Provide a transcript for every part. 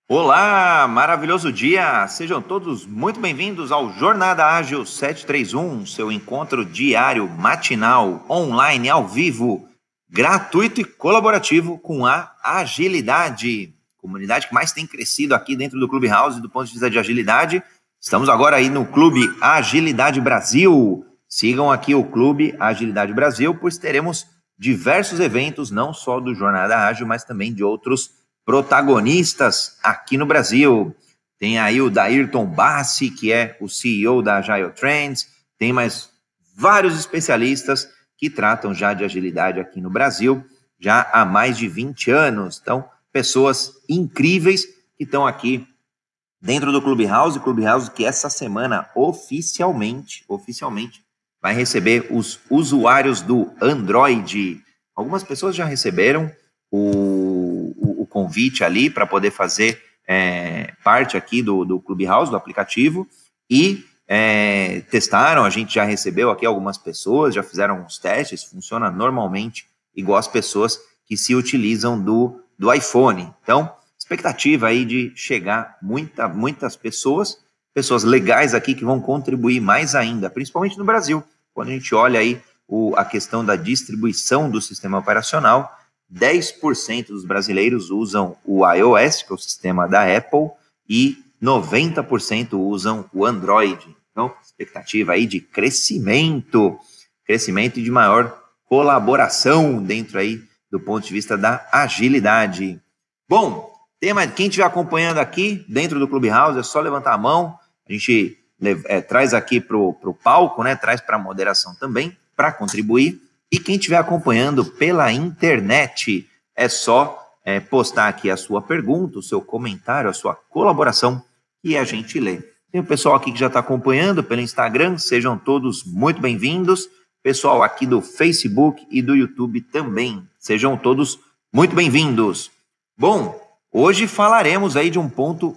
Olá, maravilhoso dia! Sejam todos muito bem-vindos ao Jornada Ágil 731, seu encontro diário, matinal, online, ao vivo, gratuito e colaborativo com a agilidade. Comunidade que mais tem crescido aqui dentro do Clubhouse do ponto de vista de agilidade. Estamos agora aí no Clube Agilidade Brasil. Sigam aqui o Clube Agilidade Brasil, pois teremos diversos eventos, não só do Jornada Ágil, mas também de outros protagonistas aqui no Brasil. Tem aí o Dairton Bassi, que é o CEO da Agile Trends, tem mais vários especialistas que tratam já de agilidade aqui no Brasil, já há mais de 20 anos. Então, pessoas incríveis que estão aqui dentro do Clubhouse que essa semana oficialmente vai receber os usuários do Android. Algumas pessoas já receberam o convite ali para poder fazer parte aqui do Clubhouse, do aplicativo, e testaram. A gente já recebeu aqui algumas pessoas, já fizeram uns testes, funciona normalmente igual as pessoas que se utilizam do iPhone. Então, expectativa aí de chegar muitas pessoas legais aqui que vão contribuir mais ainda, principalmente no Brasil, quando a gente olha aí a questão da distribuição do sistema operacional. 10% dos brasileiros usam o iOS, que é o sistema da Apple, e 90% usam o Android. Então, expectativa aí de crescimento e de maior colaboração dentro aí do ponto de vista da agilidade. Bom, quem estiver acompanhando aqui dentro do Clubhouse, é só levantar a mão, a gente traz aqui para o palco, né, traz para a moderação também, para contribuir. E quem estiver acompanhando pela internet, é só postar aqui a sua pergunta, o seu comentário, a sua colaboração, e a gente lê. Tem o pessoal aqui que já está acompanhando pelo Instagram, sejam todos muito bem-vindos. Pessoal aqui do Facebook e do YouTube também, sejam todos muito bem-vindos. Bom, hoje falaremos aí de um ponto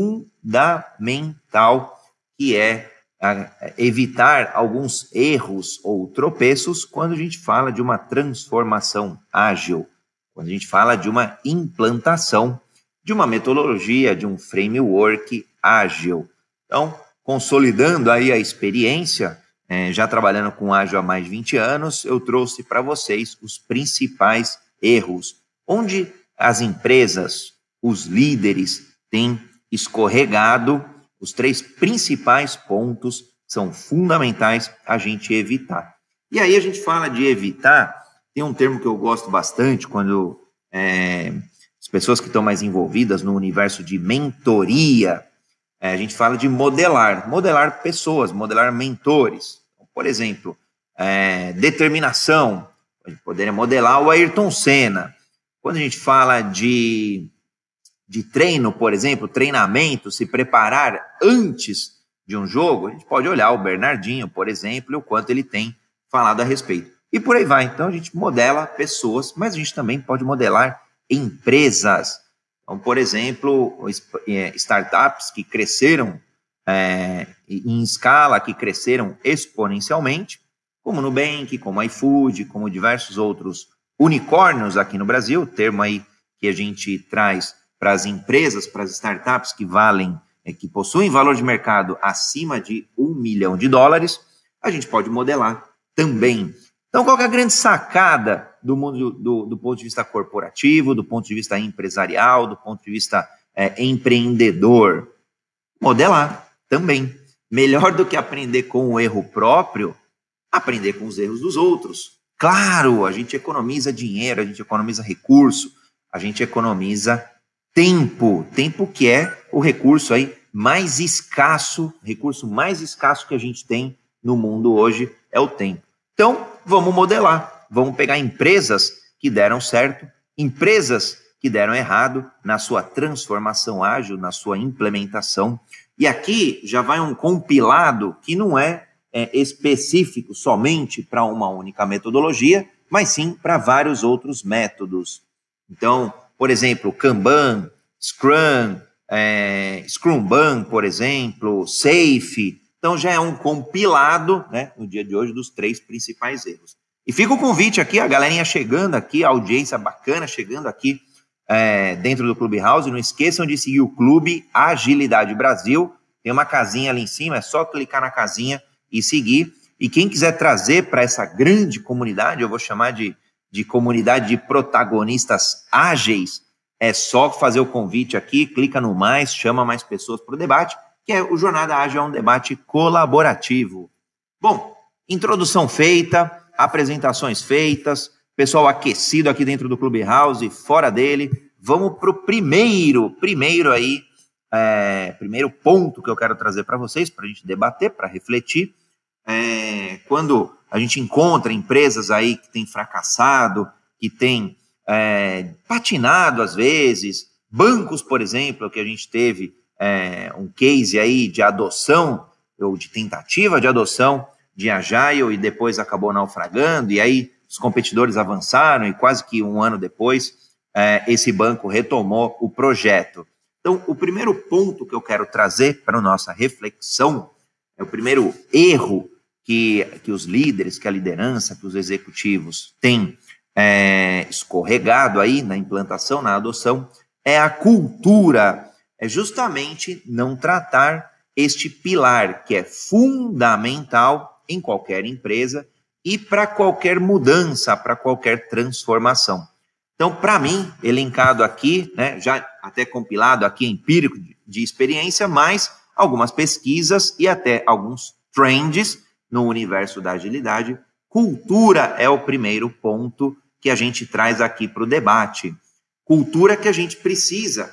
fundamental, que é evitar alguns erros ou tropeços quando a gente fala de uma transformação ágil, quando a gente fala de uma implantação de uma metodologia, de um framework ágil. Então, consolidando aí a experiência, já trabalhando com ágil há mais de 20 anos, eu trouxe para vocês os principais erros, onde as empresas, os líderes têm escorregado. Os 3 principais pontos são fundamentais a gente evitar. E aí a gente fala de evitar, tem um termo que eu gosto bastante quando as pessoas que estão mais envolvidas no universo de mentoria, a gente fala de modelar pessoas, modelar mentores. Por exemplo, determinação, a gente poderia modelar o Ayrton Senna. Quando a gente fala de treino, por exemplo, treinamento, se preparar antes de um jogo, a gente pode olhar o Bernardinho, por exemplo, e o quanto ele tem falado a respeito. E por aí vai. Então, a gente modela pessoas, mas a gente também pode modelar empresas. Então, por exemplo, startups que cresceram em escala, que cresceram exponencialmente, como o Nubank, como o iFood, como diversos outros unicórnios aqui no Brasil, termo aí que a gente traz para as empresas, para as startups que que possuem valor de mercado acima de $1 milhão, a gente pode modelar também. Então, qual que é a grande sacada do mundo do ponto de vista corporativo, do ponto de vista empresarial, do ponto de vista empreendedor? Modelar também. Melhor do que aprender com o erro próprio, aprender com os erros dos outros. Claro, a gente economiza dinheiro, a gente economiza recurso, a gente economiza tempo que é o recurso aí recurso mais escasso que a gente tem no mundo hoje é o tempo. Então, vamos modelar, vamos pegar empresas que deram certo, empresas que deram errado na sua transformação ágil, na sua implementação. E aqui já vai um compilado que não é específico somente para uma única metodologia, mas sim para vários outros métodos. Então, por exemplo, Kanban, Scrum, Scrumban, por exemplo, Safe. Então, já é um compilado, né, no dia de hoje, dos 3 principais erros. E fica o convite aqui, a galerinha chegando aqui, a audiência bacana chegando aqui dentro do Clubhouse. Não esqueçam de seguir o Clube Agilidade Brasil. Tem uma casinha ali em cima, é só clicar na casinha e seguir. E quem quiser trazer para essa grande comunidade, eu vou chamar de comunidade de protagonistas ágeis, é só fazer o convite aqui, clica no mais, chama mais pessoas para o debate, que o Jornada Ágil é um debate colaborativo. Bom, introdução feita, apresentações feitas, pessoal aquecido aqui dentro do Clubhouse, fora dele. Vamos para o primeiro ponto que eu quero trazer para vocês, para a gente debater, para refletir. Quando a gente encontra empresas aí que têm fracassado, que têm patinado às vezes, bancos, por exemplo, que a gente teve um case aí de adoção, ou de tentativa de adoção de Agile e depois acabou naufragando, e aí os competidores avançaram e quase que um ano depois esse banco retomou o projeto. Então, o primeiro ponto que eu quero trazer para a nossa reflexão, o primeiro erro que os líderes, que a liderança, que os executivos têm escorregado aí na implantação, na adoção, é a cultura. É justamente não tratar este pilar que é fundamental em qualquer empresa e para qualquer mudança, para qualquer transformação. Então, para mim, elencado aqui, né, já até compilado aqui, empírico de experiência, mas algumas pesquisas e até alguns trends no universo da agilidade, cultura é o primeiro ponto que a gente traz aqui para o debate. Cultura que a gente precisa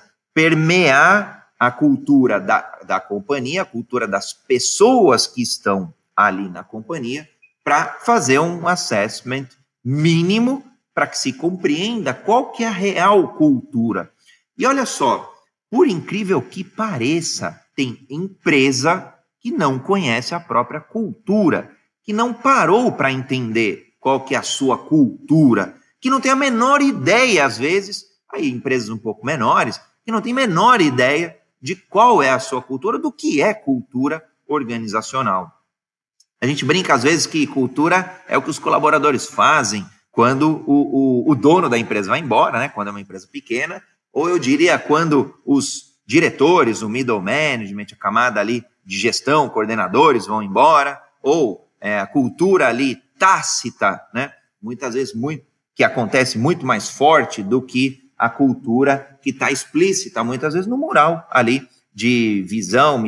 permear a cultura da companhia, a cultura das pessoas que estão ali na companhia, para fazer um assessment mínimo para que se compreenda qual que é a real cultura. E olha só, por incrível que pareça, tem empresa que não conhece a própria cultura, que não parou para entender qual que é a sua cultura, que não tem a menor ideia, às vezes, aí empresas um pouco menores, que não tem a menor ideia de qual é a sua cultura, do que é cultura organizacional. A gente brinca, às vezes, que cultura é o que os colaboradores fazem quando o dono da empresa vai embora, né? Quando é uma empresa pequena, ou eu diria quando os diretores, o middle management, a camada ali de gestão, coordenadores vão embora, ou a cultura ali tácita, né? Muitas vezes que acontece muito mais forte do que a cultura que está explícita, muitas vezes no mural ali de visão,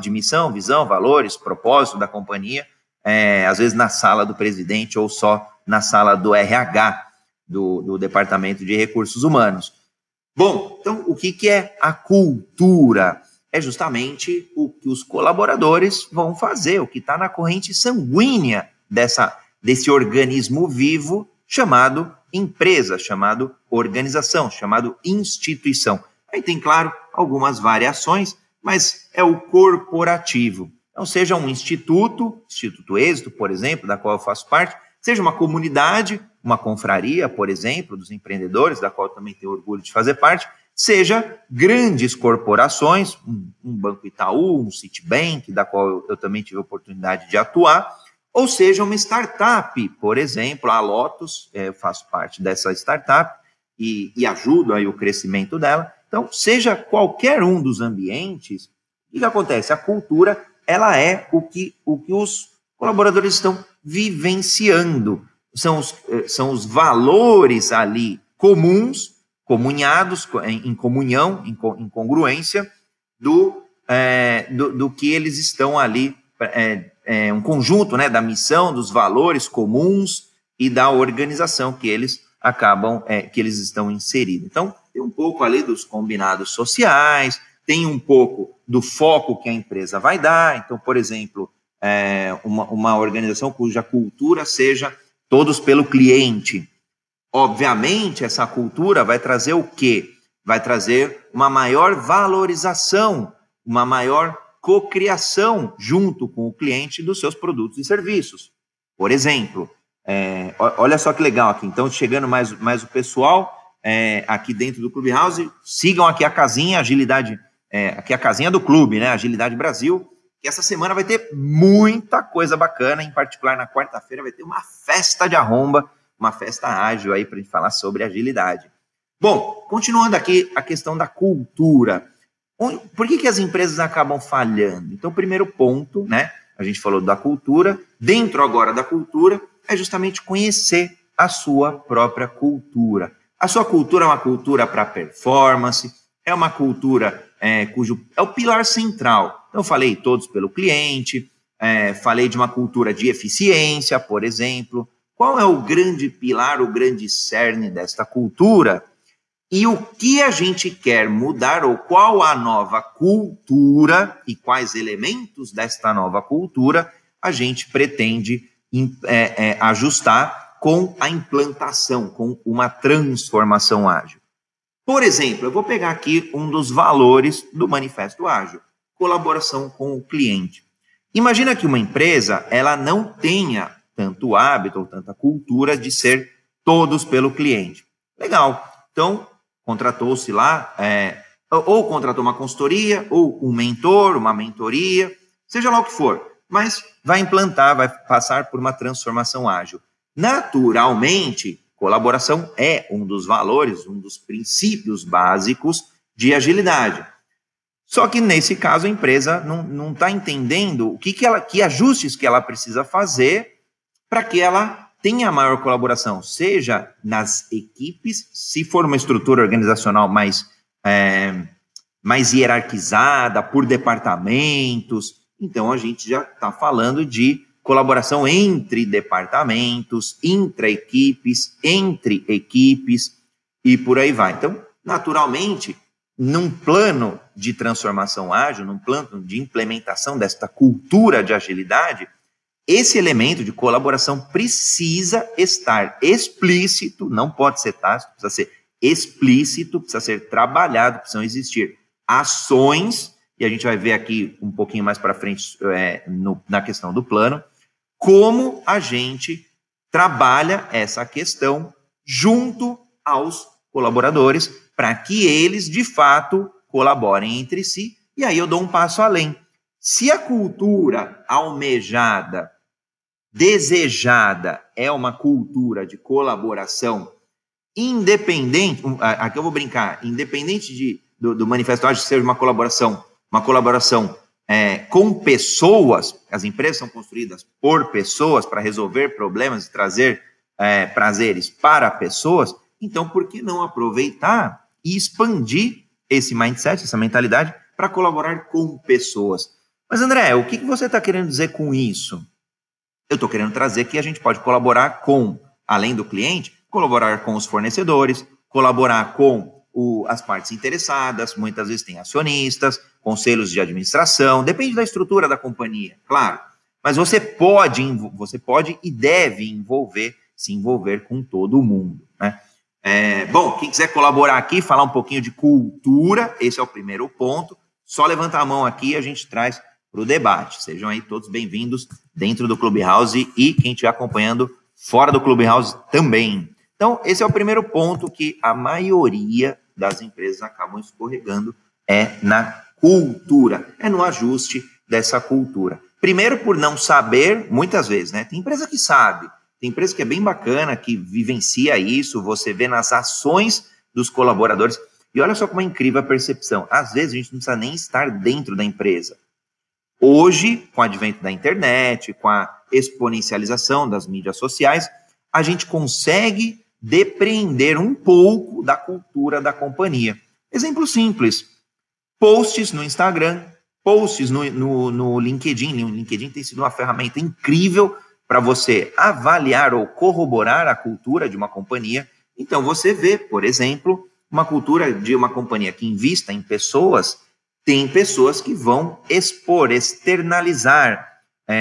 visão, valores, propósito da companhia, às vezes na sala do presidente ou só na sala do RH, do Departamento de Recursos Humanos. Bom, então o que é a cultura? É justamente o que os colaboradores vão fazer, o que está na corrente sanguínea desse organismo vivo chamado empresa, chamado organização, chamado instituição. Aí tem, claro, algumas variações, mas é o corporativo. Então, seja um Instituto Êxito, por exemplo, da qual eu faço parte, seja uma comunidade, uma confraria, por exemplo, dos empreendedores, da qual eu também tenho orgulho de fazer parte, seja grandes corporações, um Banco Itaú, um Citibank, da qual eu também tive a oportunidade de atuar, ou seja, uma startup, por exemplo, a Lotus, eu faço parte dessa startup e ajudo aí o crescimento dela. Então, seja qualquer um dos ambientes, o que acontece? A cultura, ela é o que os colaboradores estão vivenciando. São os valores ali comuns, comunhados, em comunhão, em congruência, do que eles estão ali, um conjunto, né, da missão, dos valores comuns e da organização que eles que eles estão inseridos. Então, tem um pouco ali dos combinados sociais, tem um pouco do foco que a empresa vai dar. Então, por exemplo, uma organização cuja cultura seja todos pelo cliente. Obviamente, essa cultura vai trazer o quê? Vai trazer uma maior valorização, uma maior cocriação junto com o cliente dos seus produtos e serviços. Por exemplo, olha só que legal aqui. Então, chegando mais o pessoal aqui dentro do Clubhouse, sigam aqui a casinha Agilidade, aqui a casinha do clube, né? Agilidade Brasil, que essa semana vai ter muita coisa bacana, em particular na quarta-feira vai ter uma festa de arromba, uma festa ágil aí para a gente falar sobre agilidade. Bom, continuando aqui a questão da cultura. Por que as empresas acabam falhando? Então, o primeiro ponto, né? A gente falou da cultura. Dentro agora da cultura é justamente conhecer a sua própria cultura. A sua cultura é uma cultura para performance, é uma cultura cujo é o pilar central. Então, eu falei todos pelo cliente, falei de uma cultura de eficiência, por exemplo. Qual é o grande pilar, o grande cerne desta cultura? E o que a gente quer mudar, ou qual a nova cultura e quais elementos desta nova cultura a gente pretende ajustar com a implantação, com uma transformação ágil. Por exemplo, eu vou pegar aqui um dos valores do Manifesto Ágil, colaboração com o cliente. Imagina que uma empresa ela não tenha tanto hábito ou tanta cultura de ser todos pelo cliente. Legal, então contratou-se lá, ou contratou uma consultoria, ou um mentor, uma mentoria, seja lá o que for, mas vai implantar, vai passar por uma transformação ágil. Naturalmente, colaboração é um dos valores, um dos princípios básicos de agilidade. Só que, nesse caso, a empresa não está entendendo que ajustes que ela precisa fazer para que ela tenha maior colaboração, seja nas equipes, se for uma estrutura organizacional mais hierarquizada, por departamentos. Então, a gente já está falando de colaboração entre departamentos, intra-equipes, entre equipes e por aí vai. Então, naturalmente, num plano de transformação ágil, num plano de implementação desta cultura de agilidade, esse elemento de colaboração precisa estar explícito, não pode ser tácito, precisa ser explícito, precisa ser trabalhado, precisam existir ações, e a gente vai ver aqui um pouquinho mais para frente na questão do plano, como a gente trabalha essa questão junto aos colaboradores para que eles, de fato, colaborem entre si. E aí eu dou um passo além. Se a cultura almejada, desejada, é uma cultura de colaboração independente, aqui eu vou brincar, independente do Manifesto Ágil ser uma colaboração com pessoas, as empresas são construídas por pessoas para resolver problemas e trazer prazeres para pessoas, então por que não aproveitar e expandir esse mindset, essa mentalidade, para colaborar com pessoas? Mas André, o que você está querendo dizer com isso? Eu estou querendo trazer que a gente pode colaborar com, além do cliente, colaborar com os fornecedores, colaborar com as partes interessadas, muitas vezes tem acionistas, conselhos de administração, depende da estrutura da companhia, claro. Mas você pode e deve se envolver com todo mundo, né? Bom, quem quiser colaborar aqui, falar um pouquinho de cultura, esse é o primeiro ponto, só levanta a mão aqui e a gente traz para o debate. Sejam aí todos bem-vindos dentro do Clubhouse e quem estiver acompanhando fora do Clubhouse também. Então, esse é o primeiro ponto que a maioria das empresas acabam escorregando, na cultura, no ajuste dessa cultura. Primeiro, por não saber, muitas vezes, né? Tem empresa que sabe, tem empresa que é bem bacana, que vivencia isso, você vê nas ações dos colaboradores, e olha só como é incrível a percepção. Às vezes, a gente não precisa nem estar dentro da empresa. Hoje, com o advento da internet, com a exponencialização das mídias sociais, a gente consegue depreender um pouco da cultura da companhia. Exemplo simples, posts no Instagram, posts no LinkedIn. O LinkedIn tem sido uma ferramenta incrível para você avaliar ou corroborar a cultura de uma companhia. Então, você vê, por exemplo, uma cultura de uma companhia que invista em pessoas, tem pessoas que vão externalizar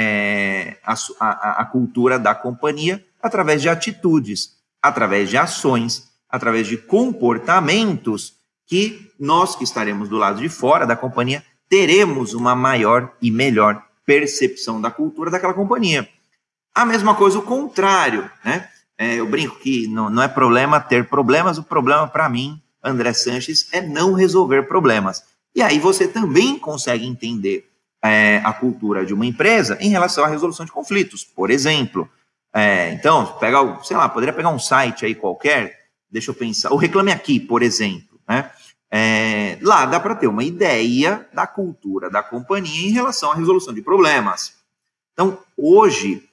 a cultura da companhia através de atitudes, através de ações, através de comportamentos que nós que estaremos do lado de fora da companhia teremos uma maior e melhor percepção da cultura daquela companhia. A mesma coisa, o contrário, né? Eu brinco que não é problema ter problemas, o problema para mim, André Sanches, é não resolver problemas. E aí você também consegue entender a cultura de uma empresa em relação à resolução de conflitos, por exemplo. Então, poderia pegar um site aí qualquer deixa eu pensar, o Reclame Aqui, por exemplo, né? Lá dá para ter uma ideia da cultura da companhia em relação à resolução de problemas. Então, hoje,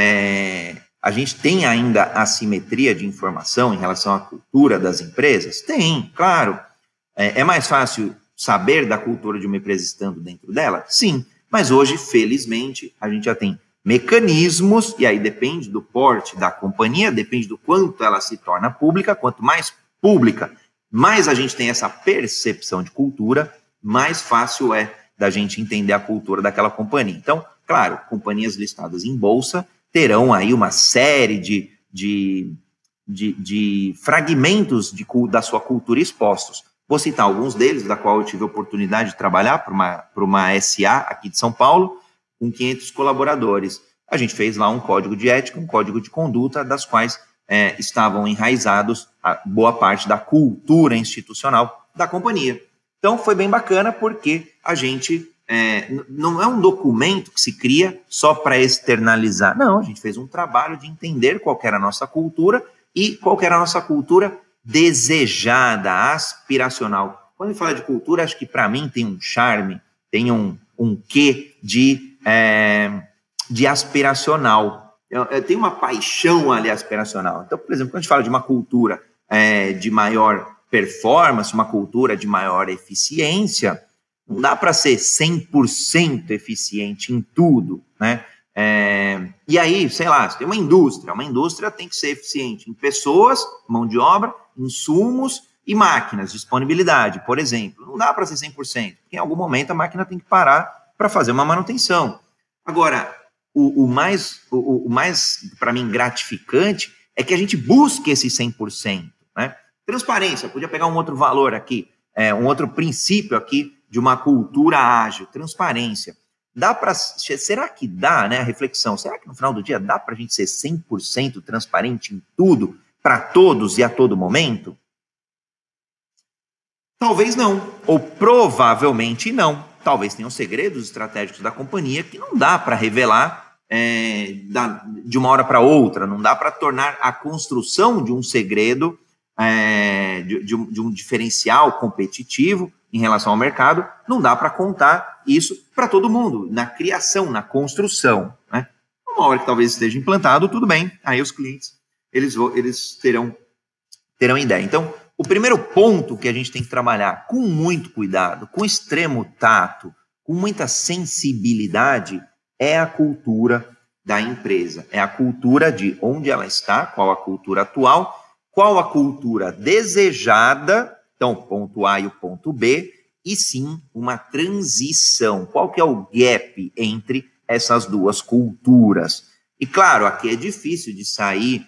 a gente tem ainda assimetria de informação em relação à cultura das empresas? Tem, claro. É mais fácil saber da cultura de uma empresa estando dentro dela? Sim, mas hoje, felizmente, a gente já tem mecanismos, e aí depende do porte da companhia, depende do quanto ela se torna pública, quanto mais pública, mais a gente tem essa percepção de cultura, mais fácil é da gente entender a cultura daquela companhia. Então, claro, companhias listadas em bolsa terão aí uma série de fragmentos da sua cultura expostos. Vou citar alguns deles, da qual eu tive a oportunidade de trabalhar para uma SA aqui de São Paulo, com 500 colaboradores. A gente fez lá um código de ética, um código de conduta, das quais estavam enraizados a boa parte da cultura institucional da companhia. Então, foi bem bacana porque a gente não é um documento que se cria só para externalizar. Não, a gente fez um trabalho de entender qual era a nossa cultura e qual era a nossa cultura desejada, aspiracional. Quando a gente fala de cultura, acho que para mim tem um charme, tem um quê de aspiracional. Eu tenho uma paixão ali aspiracional. Então, por exemplo, quando a gente fala de uma cultura de maior performance, uma cultura de maior eficiência, não dá para ser 100% eficiente em tudo, né? E aí, sei lá, você tem uma indústria tem que ser eficiente em pessoas, mão de obra, insumos e máquinas, disponibilidade, por exemplo. Não dá para ser 100%, porque em algum momento a máquina tem que parar para fazer uma manutenção. Agora, o mais para mim, gratificante é que a gente busque esse 100%, né? Transparência, podia pegar um outro valor aqui, um outro princípio aqui de uma cultura ágil, transparência. Será que dá, né, a reflexão, será que no final do dia dá para a gente ser 100% transparente em tudo, para todos e a todo momento? Talvez não, ou provavelmente não. Talvez tenham segredos estratégicos da companhia que não dá para revelar de uma hora para outra, não dá para tornar a construção de um segredo, de um diferencial competitivo em relação ao mercado, não dá para contar isso para todo mundo, na criação, na construção, né? Uma hora que talvez esteja implantado, tudo bem, aí os clientes eles terão ideia. Então, o primeiro ponto que a gente tem que trabalhar com muito cuidado, com extremo tato, com muita sensibilidade, é a cultura da empresa, é a cultura de onde ela está, qual a cultura atual, qual a cultura desejada, então ponto A e o ponto B, e sim uma transição, qual que é o gap entre essas duas culturas. E claro, aqui é difícil de sair,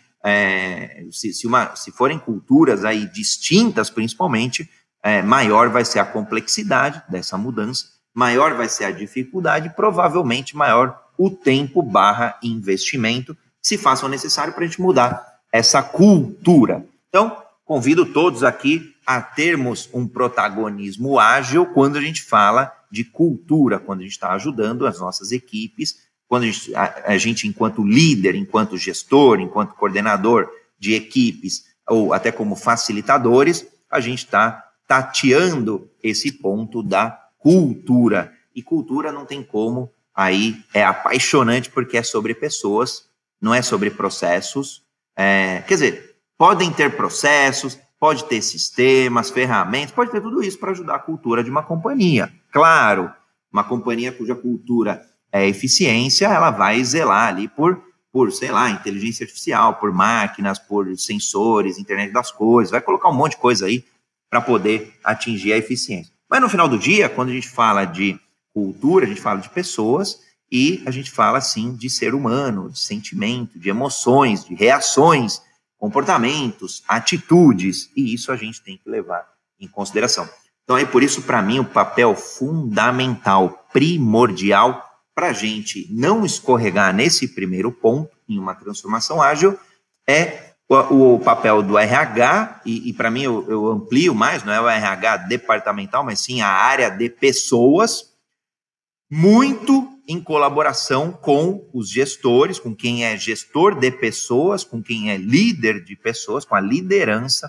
se forem culturas aí distintas principalmente, maior vai ser a complexidade dessa mudança, maior vai ser a dificuldade, provavelmente maior o tempo / investimento que se façam necessário para a gente mudar essa cultura. Então, convido todos aqui a termos um protagonismo ágil quando a gente fala de cultura, quando a gente está ajudando as nossas equipes, quando a gente, enquanto líder, enquanto gestor, enquanto coordenador de equipes, ou até como facilitadores, a gente está tateando esse ponto da cultura. E cultura não tem como, aí é apaixonante porque é sobre pessoas, não é sobre processos. Quer dizer, podem ter processos, pode ter sistemas, ferramentas, pode ter tudo isso para ajudar a cultura de uma companhia. Claro, uma companhia cuja cultura é eficiência, ela vai zelar ali por, sei lá, inteligência artificial, por máquinas, por sensores, internet das coisas, vai colocar um monte de coisa aí para poder atingir a eficiência. Mas no final do dia, quando a gente fala de cultura, a gente fala de pessoas e a gente fala, sim, de ser humano, de sentimento, de emoções, de reações, comportamentos, atitudes, e isso a gente tem que levar em consideração. Então, é por isso, para mim, o papel fundamental, primordial, para a gente não escorregar nesse primeiro ponto, em uma transformação ágil, é o papel do RH, e para mim eu amplio mais, não é o RH departamental, mas sim a área de pessoas, muito em colaboração com os gestores, com quem é gestor de pessoas, com quem é líder de pessoas, com a liderança,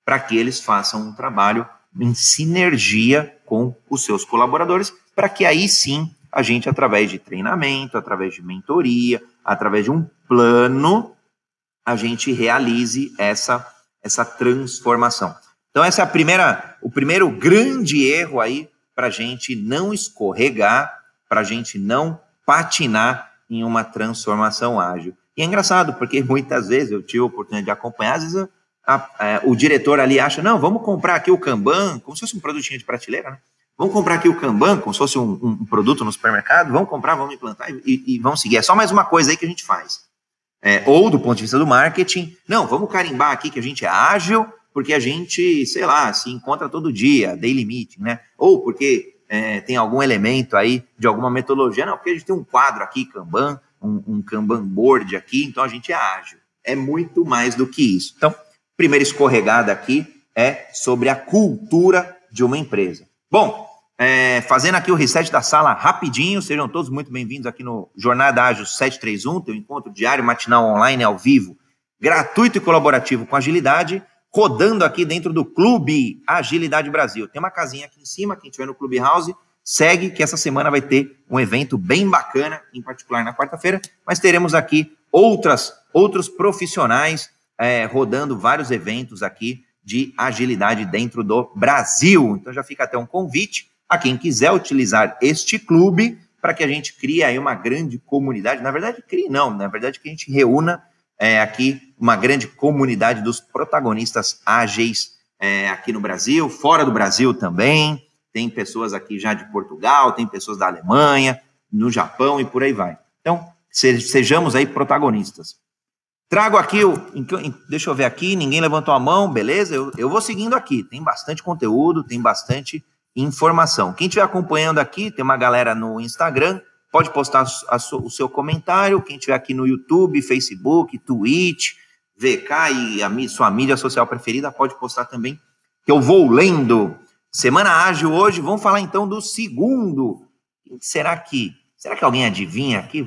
para que eles façam um trabalho em sinergia com os seus colaboradores, para que aí sim a gente, através de treinamento, através de mentoria, através de um plano, a gente realize essa transformação. Então, essa é o primeiro grande erro aí para a gente não escorregar, para a gente não patinar em uma transformação ágil. E é engraçado, porque muitas vezes eu tive a oportunidade de acompanhar, às vezes o diretor ali acha, não, vamos comprar aqui o Kanban, como se fosse um produtinho de prateleira, né? Vamos comprar aqui o Kanban, como se fosse um produto no supermercado, vamos comprar, vamos implantar e vamos seguir. É só mais uma coisa aí que a gente faz. Ou do ponto de vista do marketing, não, vamos carimbar aqui que a gente é ágil, porque a gente, sei lá, se encontra todo dia, daily meeting, né? Ou porque tem algum elemento aí de alguma metodologia, não, porque a gente tem um quadro aqui, Kanban, um Kanban board aqui, então a gente é ágil. É muito mais do que isso. Então, primeira escorregada aqui é sobre a cultura de uma empresa. Bom, fazendo aqui o reset da sala rapidinho, sejam todos muito bem-vindos aqui no Jornada Ágil 731, teu encontro diário, matinal, online, ao vivo, gratuito e colaborativo com agilidade, rodando aqui dentro do Clube Agilidade Brasil. Tem uma casinha aqui em cima, quem estiver no Clubhouse, segue que essa semana vai ter um evento bem bacana, em particular na quarta-feira, mas teremos aqui outros profissionais rodando vários eventos aqui de agilidade dentro do Brasil. Então já fica até um convite a quem quiser utilizar este clube para que a gente crie aí uma grande comunidade. Na verdade, que a gente reúna aqui uma grande comunidade dos protagonistas ágeis aqui no Brasil, fora do Brasil também. Tem pessoas aqui já de Portugal, tem pessoas da Alemanha, no Japão e por aí vai. Então, sejamos aí protagonistas. Trago aqui, deixa eu ver aqui, ninguém levantou a mão, beleza? Eu vou seguindo aqui, tem bastante conteúdo, tem bastante informação. Quem estiver acompanhando aqui, tem uma galera no Instagram, pode postar o seu comentário. Quem estiver aqui no YouTube, Facebook, Twitch, VK e sua mídia social preferida, pode postar também, que eu vou lendo. Semana ágil hoje, vamos falar então do segundo. Será que alguém adivinha aqui?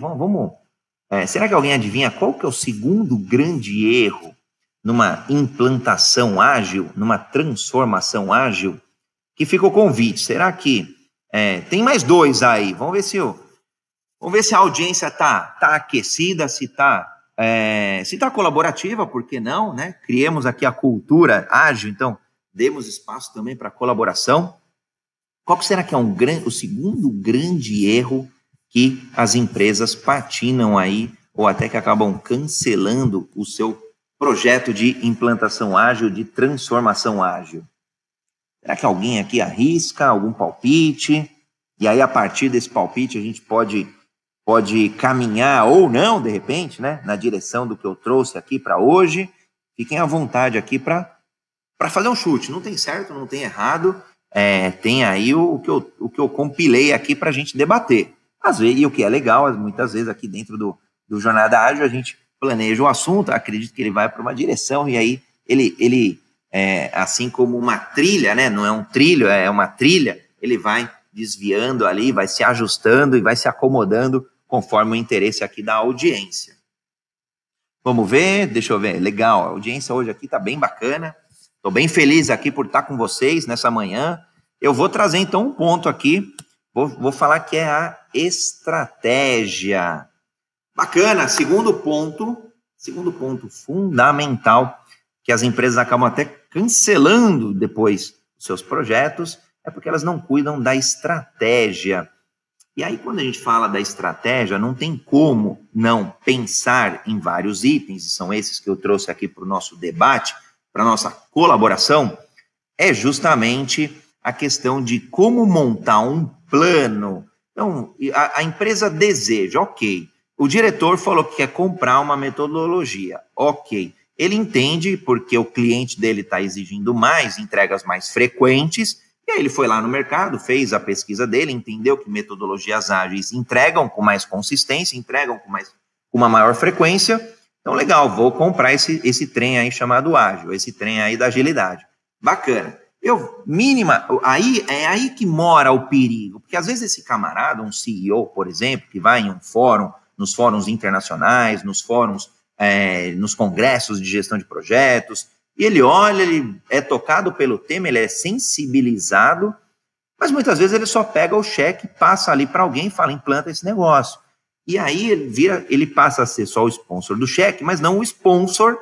Será que alguém adivinha qual que é o segundo grande erro numa implantação ágil, numa transformação ágil? Que fica o convite. Será que tem mais dois aí? Vamos ver se a audiência tá aquecida, se tá colaborativa, por que não, né? Criemos aqui a cultura ágil, então demos espaço também para colaboração. Qual que será que é o segundo grande erro que as empresas patinam aí, ou até que acabam cancelando o seu projeto de implantação ágil, de transformação ágil? Será que alguém aqui arrisca algum palpite? E aí, a partir desse palpite, a gente pode caminhar ou não, de repente, né, na direção do que eu trouxe aqui para hoje. Fiquem à vontade aqui para fazer um chute. Não tem certo, não tem errado. Tem aí o que eu compilei aqui para a gente debater. Às vezes, e o que é legal, muitas vezes aqui dentro do Jornada Ágil, a gente planeja o assunto, acredito que ele vai para uma direção, e aí ele assim como uma trilha, né? Não é um trilho, é uma trilha, ele vai desviando ali, vai se ajustando e vai se acomodando conforme o interesse aqui da audiência. Vamos ver, deixa eu ver, legal, a audiência hoje aqui está bem bacana, estou bem feliz aqui por estar com vocês nessa manhã. Eu vou trazer então um ponto aqui, vou falar que é a estratégia. Bacana, segundo ponto fundamental, que as empresas acabam até cancelando depois os seus projetos, é porque elas não cuidam da estratégia. E aí, quando a gente fala da estratégia, não tem como não pensar em vários itens, e são esses que eu trouxe aqui para o nosso debate, para a nossa colaboração, é justamente a questão de como montar um plano. Então, a empresa deseja, ok, o diretor falou que quer comprar uma metodologia, ok, ele entende porque o cliente dele está exigindo mais, entregas mais frequentes, e aí ele foi lá no mercado, fez a pesquisa dele, entendeu que metodologias ágeis entregam com mais consistência, entregam com uma maior frequência. Então, legal, vou comprar esse trem aí chamado ágil, esse trem aí da agilidade. Bacana. É aí que mora o perigo, porque às vezes esse camarada, um CEO, por exemplo, que vai em um fórum, nos fóruns internacionais, nos fóruns, nos congressos de gestão de projetos, e ele olha, ele é tocado pelo tema, ele é sensibilizado, mas muitas vezes ele só pega o cheque, passa ali para alguém e fala, implanta esse negócio. E aí ele passa a ser só o sponsor do cheque, mas não o sponsor,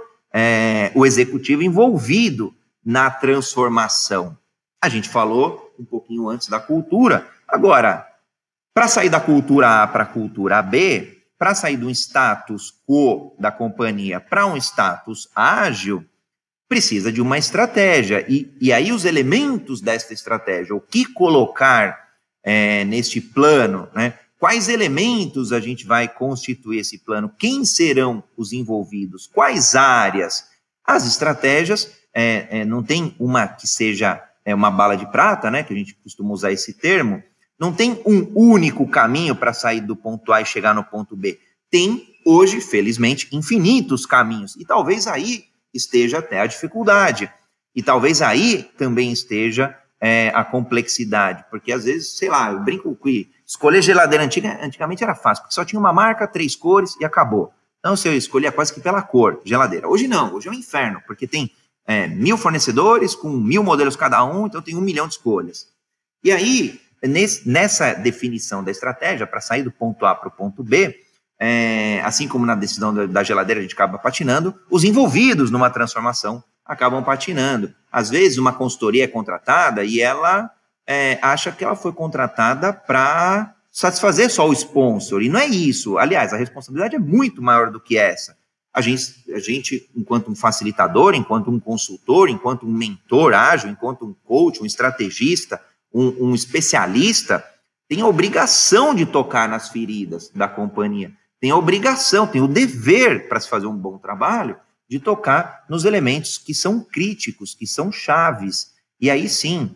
o executivo envolvido na transformação. A gente falou um pouquinho antes da cultura. Agora, para sair da cultura A para a cultura B, para sair do status quo da companhia para um status ágil, precisa de uma estratégia. E aí os elementos dessa estratégia, o que colocar neste plano, né? Quais elementos a gente vai constituir esse plano? Quem serão os envolvidos? Quais áreas? As estratégias, não tem uma que seja uma bala de prata, né? Que a gente costuma usar esse termo. Não tem um único caminho para sair do ponto A e chegar no ponto B. Tem, hoje, felizmente, infinitos caminhos. E talvez aí esteja até a dificuldade. E talvez aí também esteja a complexidade. Porque, às vezes, sei lá, eu brinco que escolher geladeira antigamente era fácil, porque só tinha uma marca, 3 cores e acabou. Então, se eu escolhia quase que pela cor, geladeira. Hoje não, hoje é um inferno, porque tem 1.000 fornecedores com 1.000 modelos cada um, então tem 1 milhão de escolhas. E aí, nessa definição da estratégia, para sair do ponto A para o ponto B, assim como na decisão da geladeira a gente acaba patinando, os envolvidos numa transformação acabam patinando. Às vezes uma consultoria é contratada e ela acha que ela foi contratada para satisfazer só o sponsor, e não é isso. Aliás, a responsabilidade é muito maior do que essa. A gente, enquanto um facilitador, enquanto um consultor, enquanto um mentor ágil, enquanto um coach, um estrategista, um especialista, tem a obrigação de tocar nas feridas da companhia, tem a obrigação, tem o dever, para se fazer um bom trabalho, de tocar nos elementos que são críticos, que são chaves. E aí sim,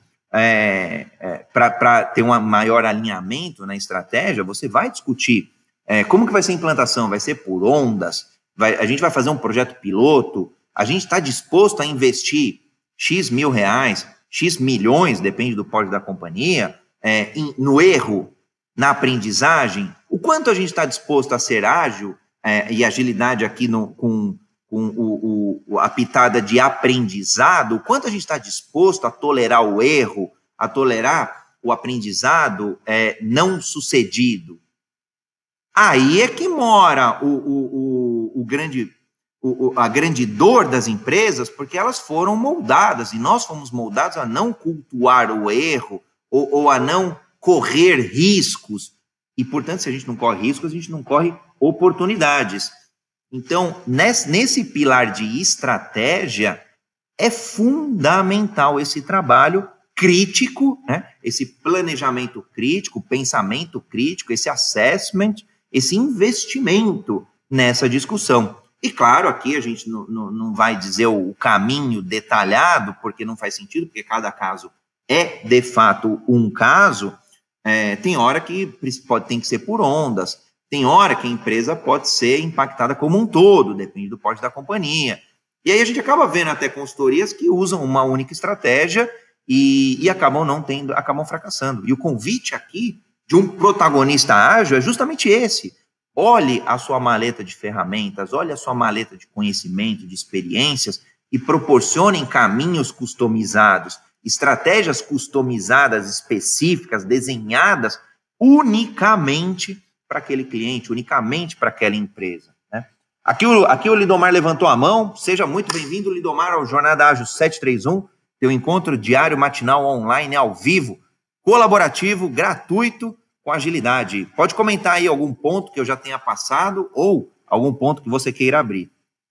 para ter um maior alinhamento na estratégia, você vai discutir como que vai ser a implantação, vai ser por ondas, a gente vai fazer um projeto piloto, a gente está disposto a investir X mil reais, X milhões, depende do porte da companhia, no erro, na aprendizagem, o quanto a gente está disposto a ser ágil, e agilidade aqui com a pitada de aprendizado, o quanto a gente está disposto a tolerar o erro, a tolerar o aprendizado não sucedido. Aí é que mora a grande dor das empresas, porque elas foram moldadas, e nós fomos moldados a não cultuar o erro, ou a não correr riscos, e, portanto, se a gente não corre riscos, a gente não corre oportunidades. Então, nesse pilar de estratégia, é fundamental esse trabalho crítico, né? Esse planejamento crítico, pensamento crítico, esse assessment, esse investimento nessa discussão. E, claro, aqui a gente não vai dizer o caminho detalhado, porque não faz sentido, porque cada caso é, de fato, um caso. Tem hora que tem que ser por ondas, tem hora que a empresa pode ser impactada como um todo, depende do porte da companhia. E aí a gente acaba vendo até consultorias que usam uma única estratégia e acabam fracassando. E o convite aqui de um protagonista ágil é justamente esse. Olhe a sua maleta de ferramentas, olhe a sua maleta de conhecimento, de experiências e proporcionem caminhos customizados, estratégias customizadas, específicas, desenhadas unicamente para aquele cliente, unicamente para aquela empresa, né? Aqui o Lidomar levantou a mão. Seja muito bem-vindo, Lidomar, ao Jornada Ágil 731, teu encontro diário, matinal, online, ao vivo, colaborativo, gratuito, com agilidade. Pode comentar aí algum ponto que eu já tenha passado ou algum ponto que você queira abrir.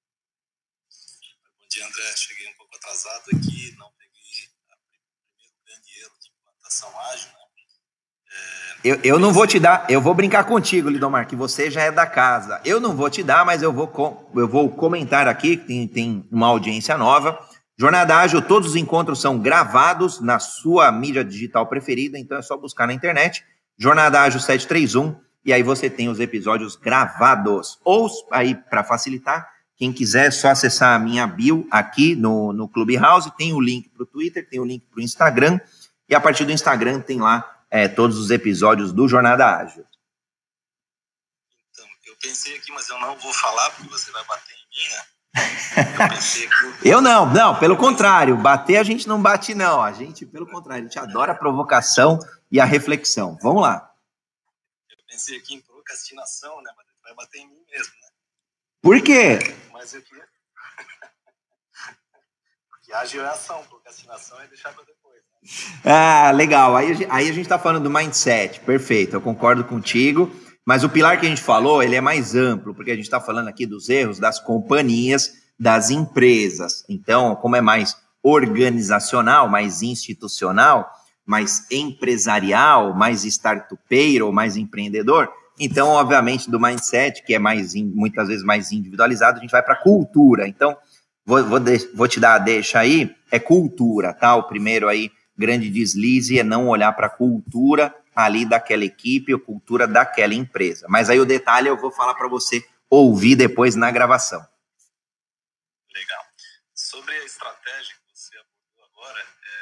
Bom dia, André. Cheguei um pouco atrasado aqui, não peguei o primeiro grande erro de implantação ágil, né? Eu não vou te dar, eu vou brincar contigo, Lidomar, que você já é da casa. Eu não vou te dar, mas eu vou comentar aqui, que tem uma audiência nova. Jornada Ágil, todos os encontros são gravados na sua mídia digital preferida, então é só buscar na internet, Jornada Ágil 731, e aí você tem os episódios gravados. Ou, aí, para facilitar, quem quiser, é só acessar a minha bio aqui no Clubhouse, tem o link para o Twitter, tem o link para o Instagram, e a partir do Instagram tem lá todos os episódios do Jornada Ágil. Então, eu pensei aqui, mas eu não vou falar, porque você vai bater em mim, né? Eu pensei que... Eu não, pelo contrário, bater a gente não bate não, a gente, pelo contrário, a gente adora a provocação e a reflexão. Vamos lá. Eu pensei aqui em procrastinação, né? Mas vai bater em mim mesmo, né? Por quê? Mas eu queria... Porque ágil é ação, procrastinação é deixar para depois. Né? Ah, legal, aí a gente está falando do mindset, perfeito, eu concordo contigo, mas o pilar que a gente falou, ele é mais amplo, porque a gente está falando aqui dos erros das companhias, das empresas. Então, como é mais organizacional, mais institucional, mais empresarial, mais startupeiro, mais empreendedor, então, obviamente, do mindset, que é mais muitas vezes mais individualizado, a gente vai para a cultura. Então, vou te dar a deixa aí, é cultura, tá? O primeiro aí, grande deslize é não olhar para a cultura ali daquela equipe ou cultura daquela empresa. Mas aí o detalhe eu vou falar para você ouvir depois na gravação. Legal. Sobre a estratégia que você abordou agora,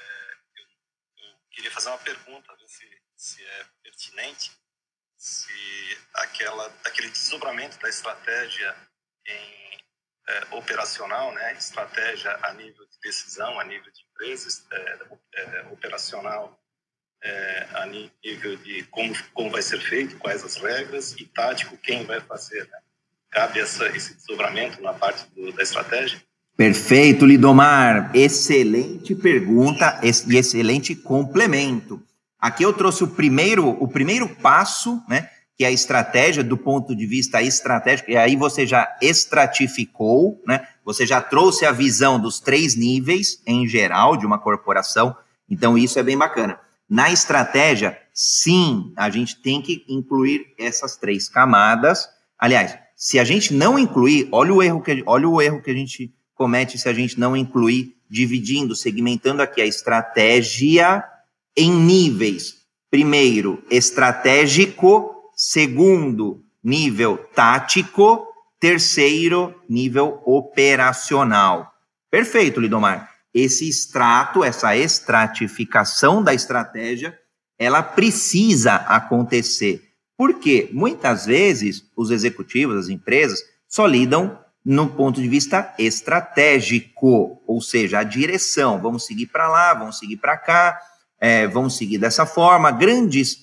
eu queria fazer uma pergunta, ver se é pertinente, se aquele desdobramento da estratégia em operacional, né? Estratégia a nível de decisão, a nível de empresas, operacional a nível de como vai ser feito, quais as regras, e tático, quem vai fazer, né? Cabe esse desdobramento na parte da estratégia? Perfeito, Lidomar. Excelente pergunta e excelente complemento. Aqui eu trouxe o primeiro passo, né? Que é a estratégia do ponto de vista estratégico, e aí você já estratificou, né? Você já trouxe a visão dos 3 níveis em geral de uma corporação, então isso é bem bacana. Na estratégia, sim, a gente tem que incluir essas 3 camadas. Aliás, se a gente não incluir, olha o erro que a gente comete se a gente não incluir, dividindo, segmentando aqui a estratégia em níveis. Primeiro, estratégico. Segundo, nível tático. Terceiro, nível operacional. Perfeito, Lidomar. Esse extrato, essa estratificação da estratégia, ela precisa acontecer. Por quê? Muitas vezes, os executivos, as empresas, só lidam no ponto de vista estratégico, ou seja, a direção. Vamos seguir para lá, vamos seguir para cá, vamos seguir dessa forma. Grandes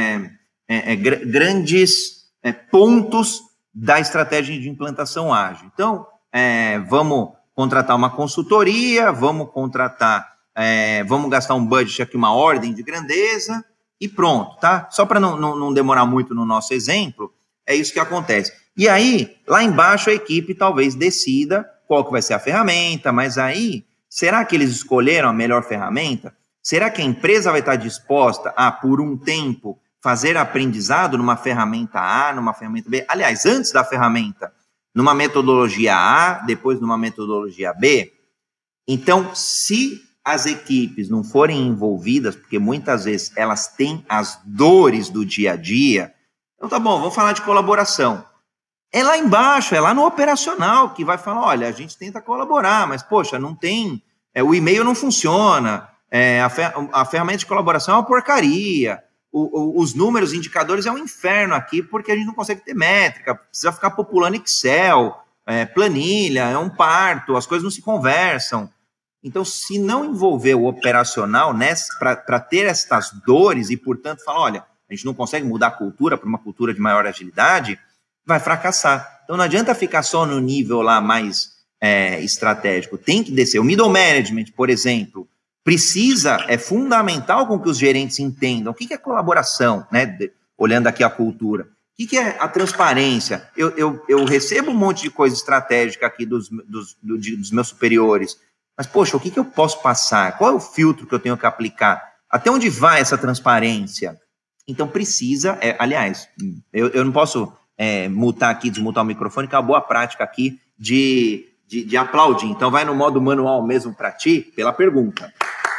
pontos da estratégia de implantação ágil. Então, vamos contratar uma consultoria, vamos gastar um budget aqui, uma ordem de grandeza e pronto, tá? Só para não demorar muito no nosso exemplo, é isso que acontece. E aí, lá embaixo, a equipe talvez decida qual que vai ser a ferramenta, mas aí, será que eles escolheram a melhor ferramenta? Será que a empresa vai estar disposta a, por um tempo, fazer aprendizado numa ferramenta A, numa ferramenta B? Aliás, antes da ferramenta, numa metodologia A, depois numa metodologia B? Então, se as equipes não forem envolvidas, porque muitas vezes elas têm as dores do dia a dia, então tá bom, vamos falar de colaboração. É lá embaixo, é lá no operacional que vai falar, olha, a gente tenta colaborar, mas, poxa, não tem, o e-mail não funciona, a ferramenta de colaboração é uma porcaria, os números, indicadores é um inferno aqui, porque a gente não consegue ter métrica, precisa ficar populando Excel, planilha, é um parto, as coisas não se conversam. Então, se não envolver o operacional para ter estas dores e, portanto, falar, olha, a gente não consegue mudar a cultura para uma cultura de maior agilidade, vai fracassar. Então, não adianta ficar só no nível lá mais estratégico. Tem que descer. O middle management, por exemplo, é fundamental com que os gerentes entendam o que é colaboração, né? Olhando aqui a cultura. O que é a transparência? Eu recebo um monte de coisa estratégica aqui dos meus superiores, mas, poxa, o que eu posso passar? Qual é o filtro que eu tenho que aplicar? Até onde vai essa transparência? Então, precisa, aliás, eu não posso desmutar o microfone, que é uma boa prática aqui de aplaudir. Então, vai no modo manual mesmo para ti, pela pergunta.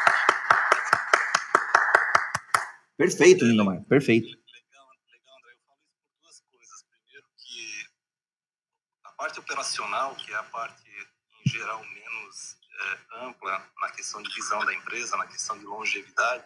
Perfeito, Lindomar, perfeito. Legal, André. Eu falo isso por 2 coisas. Primeiro, que a parte operacional, que é a parte, em geral, menos ampla na questão de visão da empresa, na questão de longevidade,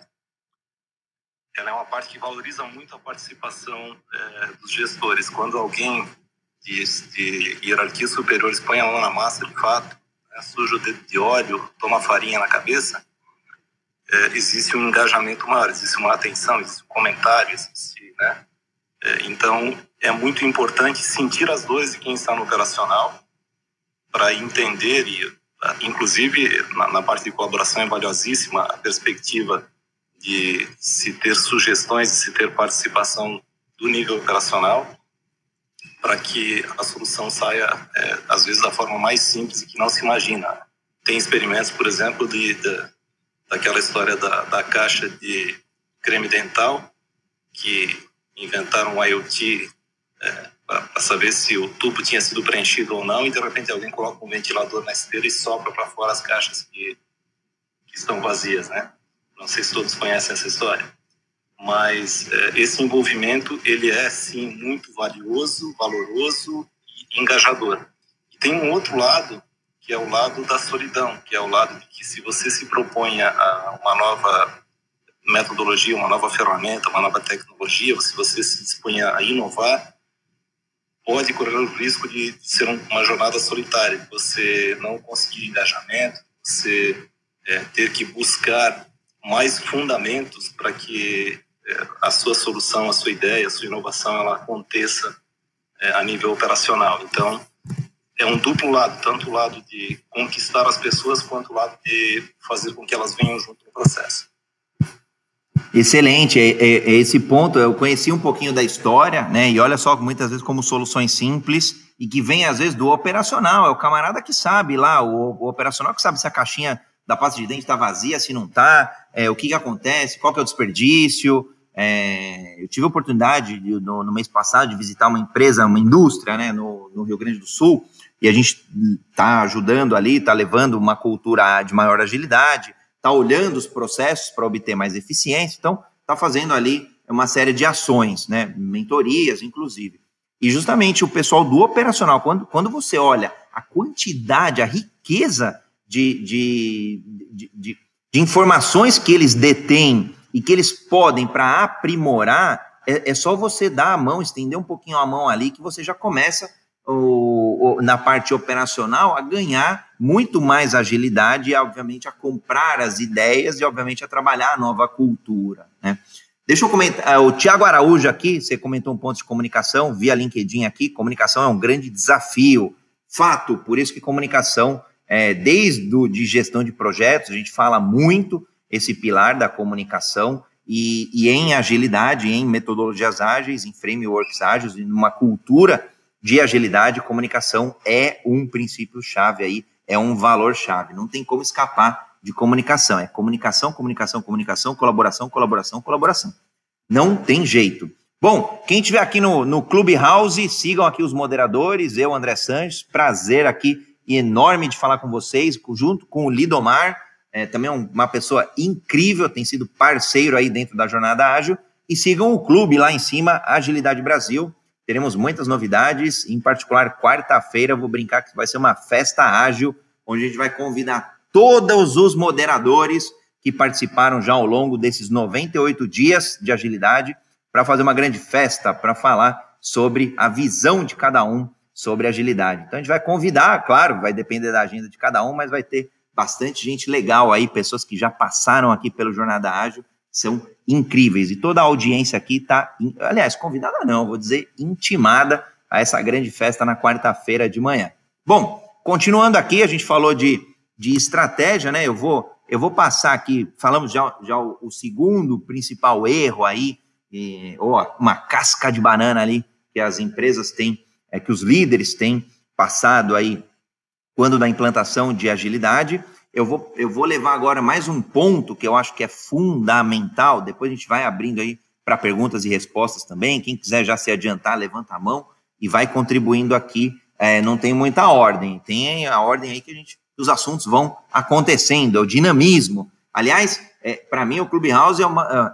ela é uma parte que valoriza muito a participação dos gestores. Quando alguém de hierarquias superiores põe a mão na massa de fato, né, suja o dedo de óleo, toma farinha na cabeça, existe um engajamento maior, existe uma atenção, existe um comentário, existe, né? Então, é muito importante sentir as dores de quem está no operacional para entender, e inclusive na parte de colaboração é valiosíssima a perspectiva de se ter sugestões, de se ter participação do nível operacional, para que a solução saia, às vezes, da forma mais simples e que não se imagina. Tem experimentos, por exemplo, daquela história da caixa de creme dental, que inventaram um IoT para saber se o tubo tinha sido preenchido ou não, e de repente alguém coloca um ventilador na esteira e sopra para fora as caixas que estão vazias, né? Não sei se todos conhecem essa história, mas esse envolvimento, ele é, sim, muito valioso, valoroso e engajador. E tem um outro lado, que é o lado da solidão, que é o lado de que, se você se propõe a uma nova metodologia, uma nova ferramenta, uma nova tecnologia, se você se dispõe a inovar, pode correr o risco de ser uma jornada solitária, de você não conseguir engajamento, você ter que buscar mais fundamentos para que a sua solução, a sua ideia, a sua inovação, ela aconteça a nível operacional. Então, é um duplo lado, tanto o lado de conquistar as pessoas, quanto o lado de fazer com que elas venham junto no processo. Excelente, esse ponto. Eu conheci um pouquinho da história, né? E olha só, muitas vezes como soluções simples e que vem às vezes do operacional. É o camarada que sabe lá, o operacional que sabe se a caixinha da pasta de dente está vazia, se não está, o que acontece, qual que é o desperdício. Eu tive a oportunidade no mês passado de visitar uma empresa, uma indústria, né, no Rio Grande do Sul, e a gente está ajudando ali, está levando uma cultura de maior agilidade, está olhando os processos para obter mais eficiência, então está fazendo ali uma série de ações, né, mentorias, inclusive. E justamente o pessoal do operacional, quando você olha a quantidade, a riqueza de informações que eles detêm e que eles podem para aprimorar, é só você dar a mão, estender um pouquinho a mão ali, que você já começa na parte operacional a ganhar muito mais agilidade e, obviamente, a comprar as ideias e, obviamente, a trabalhar a nova cultura, né? Deixa eu comentar, o Tiago Araújo aqui, você comentou um ponto de comunicação, via LinkedIn aqui, comunicação é um grande desafio, fato, por isso que comunicação, de gestão de projetos, a gente fala muito esse pilar da comunicação e em agilidade, em metodologias ágeis, em frameworks ágeis, em uma cultura de agilidade, comunicação é um princípio-chave aí, é um valor-chave, não tem como escapar de comunicação, é comunicação, comunicação, comunicação, colaboração, colaboração, colaboração. Não tem jeito. Bom, quem estiver aqui no Clubhouse, sigam aqui os moderadores, eu, André Sanches, prazer aqui enorme de falar com vocês, junto com o Lidomar, também é uma pessoa incrível, tem sido parceiro aí dentro da Jornada Ágil, e sigam o clube lá em cima, Agilidade Brasil, teremos muitas novidades, em particular quarta-feira, vou brincar que vai ser uma festa ágil, onde a gente vai convidar todos os moderadores que participaram já ao longo desses 98 dias de agilidade, para fazer uma grande festa, para falar sobre a visão de cada um sobre agilidade. Então a gente vai convidar, claro, vai depender da agenda de cada um, mas vai ter bastante gente legal aí, pessoas que já passaram aqui pelo Jornada Ágil, são incríveis. E toda a audiência aqui está, aliás, convidada não, vou dizer intimada a essa grande festa na quarta-feira de manhã. Bom, continuando aqui, a gente falou de estratégia, né? Eu vou passar aqui, falamos já o segundo principal erro aí, ou uma casca de banana ali que as empresas têm, que os líderes têm passado aí quando da implantação de agilidade. Eu vou levar agora mais um ponto que eu acho que é fundamental, depois a gente vai abrindo aí para perguntas e respostas também, quem quiser já se adiantar, levanta a mão e vai contribuindo aqui, não tem muita ordem, tem a ordem aí que os assuntos vão acontecendo, é o dinamismo. Aliás, para mim o Clubhouse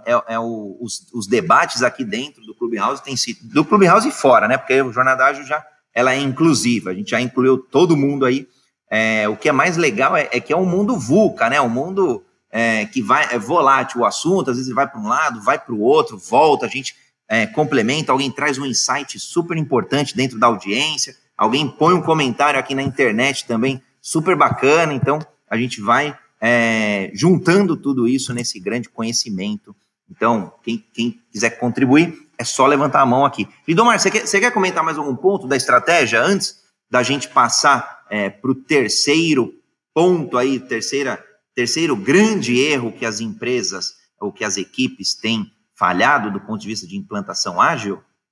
os debates aqui dentro do Clubhouse têm sido, do Clubhouse e fora, né, porque o Jornada Ágil ela é inclusiva, a gente já incluiu todo mundo aí. O que é mais legal é que é um mundo VUCA, né? Um mundo que é volátil o assunto, às vezes vai para um lado, vai para o outro, volta, a gente complementa, alguém traz um insight super importante dentro da audiência, alguém põe um comentário aqui na internet também super bacana. Então, a gente vai juntando tudo isso nesse grande conhecimento. Então, quem quiser contribuir, é só levantar a mão aqui. Lidomar, você quer comentar mais algum ponto da estratégia antes da gente passar para o terceiro ponto aí, terceiro grande erro que as empresas ou que as equipes têm falhado do ponto de vista de implantação ágil?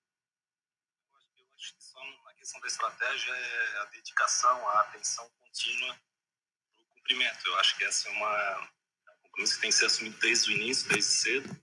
Eu acho que só na questão da estratégia é a dedicação, a atenção contínua para o cumprimento. Eu acho que essa é um compromisso que tem que ser assumido desde o início, desde cedo,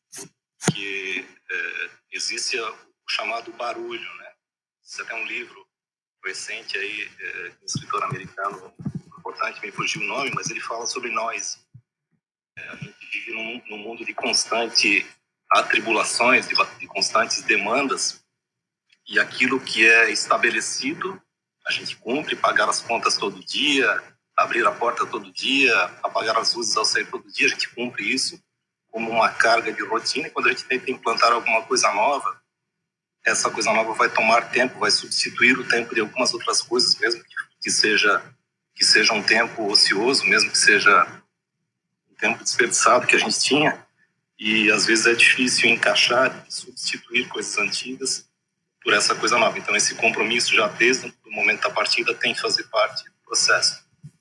que existe o chamado barulho, né? Você tem um livro recente aí, um escritor americano importante, me fugiu o nome, mas ele fala sobre noise. A gente vive num mundo de constante atribulações, de constantes demandas, e aquilo que é estabelecido, a gente cumpre, pagar as contas todo dia, abrir a porta todo dia, apagar as luzes ao sair todo dia, a gente cumpre isso como uma carga de rotina, e quando a gente tenta implantar alguma coisa nova, essa coisa nova vai tomar tempo, vai substituir o tempo de algumas outras coisas, mesmo que seja um tempo ocioso, mesmo que seja um tempo desperdiçado que a gente tinha, e às vezes é difícil encaixar, substituir coisas antigas por essa coisa nova. Então esse compromisso já desde o momento da partida tem que fazer parte do processo.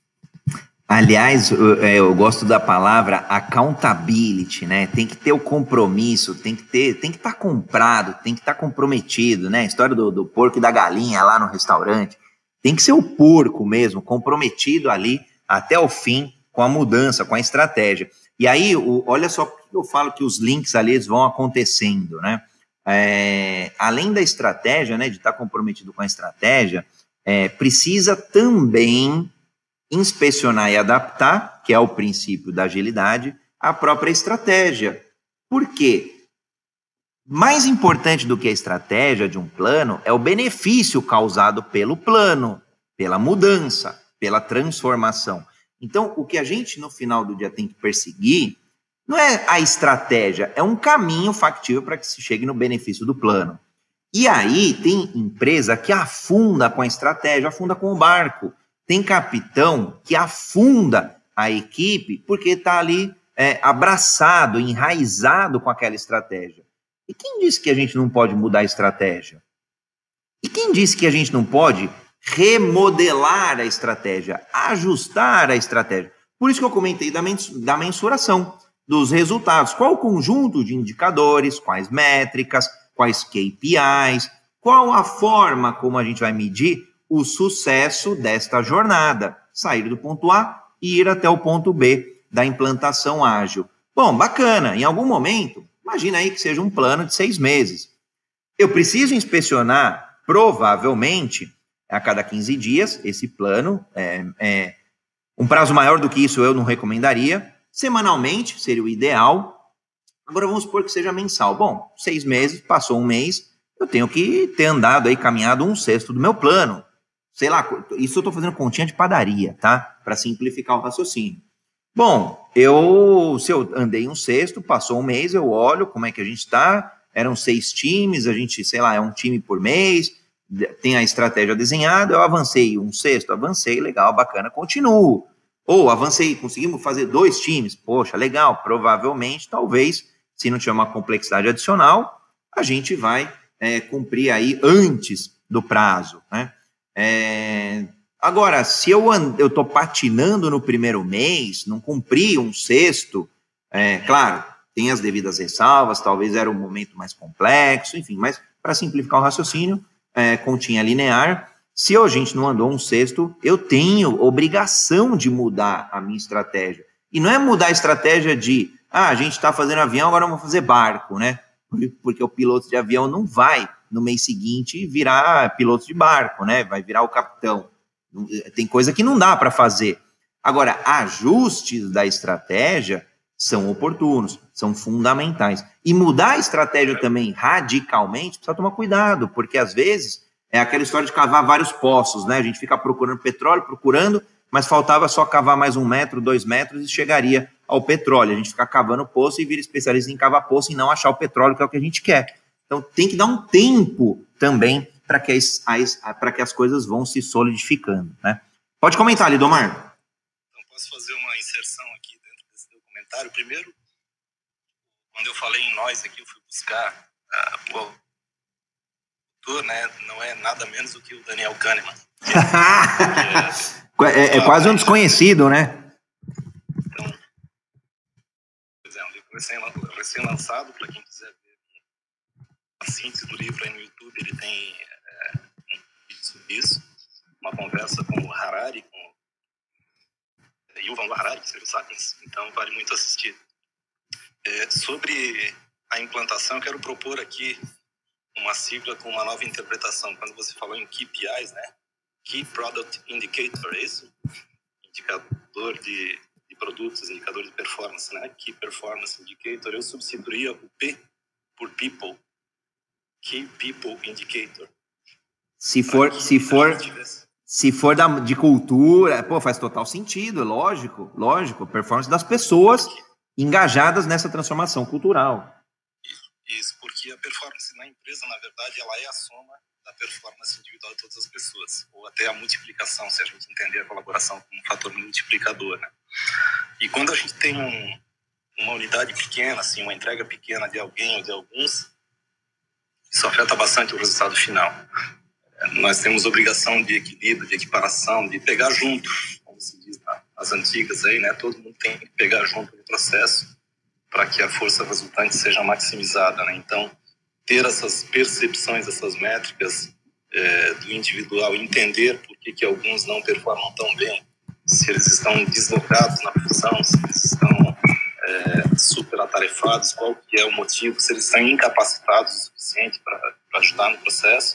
Aliás, eu gosto da palavra accountability, né? Tem que ter o compromisso, tem que estar comprado, tem que estar comprometido, né? A história do porco e da galinha lá no restaurante. Tem que ser o porco mesmo, comprometido ali até o fim com a mudança, com a estratégia. E aí, olha só porque eu falo que os links ali eles vão acontecendo, né? Além da estratégia, né, de estar comprometido com a estratégia, precisa também inspecionar e adaptar, que é o princípio da agilidade, a própria estratégia. Por quê? Mais importante do que a estratégia de um plano é o benefício causado pelo plano, pela mudança, pela transformação. Então, o que a gente, no final do dia, tem que perseguir não é a estratégia, é um caminho factível para que se chegue no benefício do plano. E aí, tem empresa que afunda com a estratégia, afunda com o barco. Tem capitão que afunda a equipe porque está ali abraçado, enraizado com aquela estratégia. E quem disse que a gente não pode mudar a estratégia? E quem disse que a gente não pode remodelar a estratégia, ajustar a estratégia? Por isso que eu comentei da mensuração dos resultados. Qual o conjunto de indicadores, quais métricas, quais KPIs, qual a forma como a gente vai medir o sucesso desta jornada, sair do ponto A e ir até o ponto B da implantação ágil. Bom, bacana, em algum momento, imagina aí que seja um plano de 6 meses. Eu preciso inspecionar, provavelmente, a cada 15 dias, esse plano, um prazo maior do que isso eu não recomendaria, semanalmente seria o ideal. Agora vamos supor que seja mensal. Bom, 6 meses, passou um mês, eu tenho que ter andado aí, caminhado 1/6 do meu plano. Sei lá, isso eu estou fazendo continha de padaria, tá? Para simplificar o raciocínio. Bom, se eu andei 1/6, passou um mês, eu olho como é que a gente está, eram 6 times, a gente, sei lá, é um time por mês, tem a estratégia desenhada, eu avancei 1/6, avancei, legal, bacana, continuo. Ou avancei, conseguimos fazer 2 times, poxa, legal, provavelmente, talvez, se não tiver uma complexidade adicional, a gente vai cumprir aí antes do prazo, né? Agora, se eu estou patinando no primeiro mês, não cumpri 1/6, claro, tem as devidas ressalvas, talvez era um momento mais complexo, enfim, mas para simplificar o raciocínio, continha linear, se a gente não andou 1/6, eu tenho obrigação de mudar a minha estratégia. E não é mudar a estratégia de, a gente está fazendo avião, agora vamos fazer barco, né? Porque o piloto de avião não vai, no mês seguinte, virar piloto de barco, né? Vai virar o capitão. Tem coisa que não dá para fazer. Agora, ajustes da estratégia são oportunos, são fundamentais. E mudar a estratégia também radicalmente, precisa tomar cuidado, porque às vezes é aquela história de cavar vários poços, né? A gente fica procurando petróleo, mas faltava só cavar mais 1 metro, 2 metros e chegaria ao petróleo. A gente fica cavando poço e vira especialista em cavar poço e não achar o petróleo, que é o que a gente quer. Então, tem que dar um tempo também para que as coisas vão se solidificando, né? Pode comentar, Lidomar. Então, posso fazer uma inserção aqui dentro desse teu comentário. Primeiro, quando eu falei em nós aqui, eu fui buscar o autor, né? Não é nada menos do que o Daniel Kahneman. É quase um desconhecido, né? Então, pois é um livro recém-lançado, para quem quiser ver a síntese do livro aí no YouTube, ele tem um vídeo sobre isso, uma conversa com o Harari, com Yuval Noah Harari, que escreveu Sapiens, então vale muito assistir. Sobre a implantação, eu quero propor aqui uma sigla com uma nova interpretação. Quando você falou em KPIs, né? Key Product Indicator, é isso? Indicador de produtos, indicador de performance, né? Key Performance Indicator. Eu substituiria o P por People. Key People Indicator. Se for de cultura, pô, faz total sentido, lógico, performance das pessoas engajadas nessa transformação cultural. Isso, porque a performance na empresa, na verdade, ela é a soma da performance individual de todas as pessoas, ou até a multiplicação, se a gente entender a colaboração como um fator multiplicador, né? E quando a gente tem uma unidade pequena, assim, uma entrega pequena de alguém ou de alguns, isso afeta bastante o resultado final. Nós temos obrigação de equilíbrio, de equiparação, de pegar junto, como se diz nas antigas aí, né? Todo mundo tem que pegar junto no processo para que a força resultante seja maximizada, né? Então, ter essas percepções, essas métricas do individual, entender por que alguns não performam tão bem, se eles estão deslocados na função, se eles estão super atarefados, qual que é o motivo, se eles estão incapacitados o suficiente para ajudar no processo,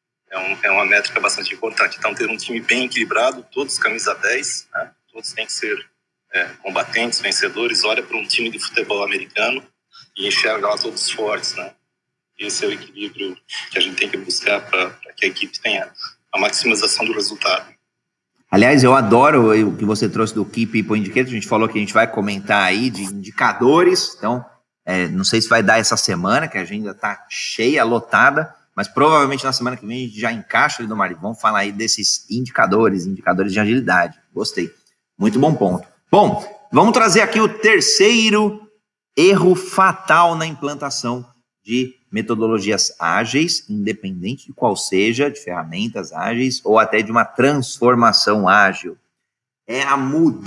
é uma métrica bastante importante. Então, ter um time bem equilibrado, todos camisa 10, né? Todos têm que ser combatentes, vencedores. Olha para um time de futebol americano e enxerga lá todos fortes, né? Esse é o equilíbrio que a gente tem que buscar para que a equipe tenha a maximização do resultado. Aliás, eu adoro o que você trouxe do Key People Indicator. A gente falou que a gente vai comentar aí de indicadores. Então, não sei se vai dar essa semana, que a agenda está cheia, lotada, mas provavelmente na semana que vem a gente já encaixa ali do Mari. Vamos falar aí desses indicadores de agilidade. Gostei. Muito bom ponto. Bom, vamos trazer aqui o terceiro erro fatal na implantação de metodologias ágeis, independente de qual seja, de ferramentas ágeis ou até de uma transformação ágil. É a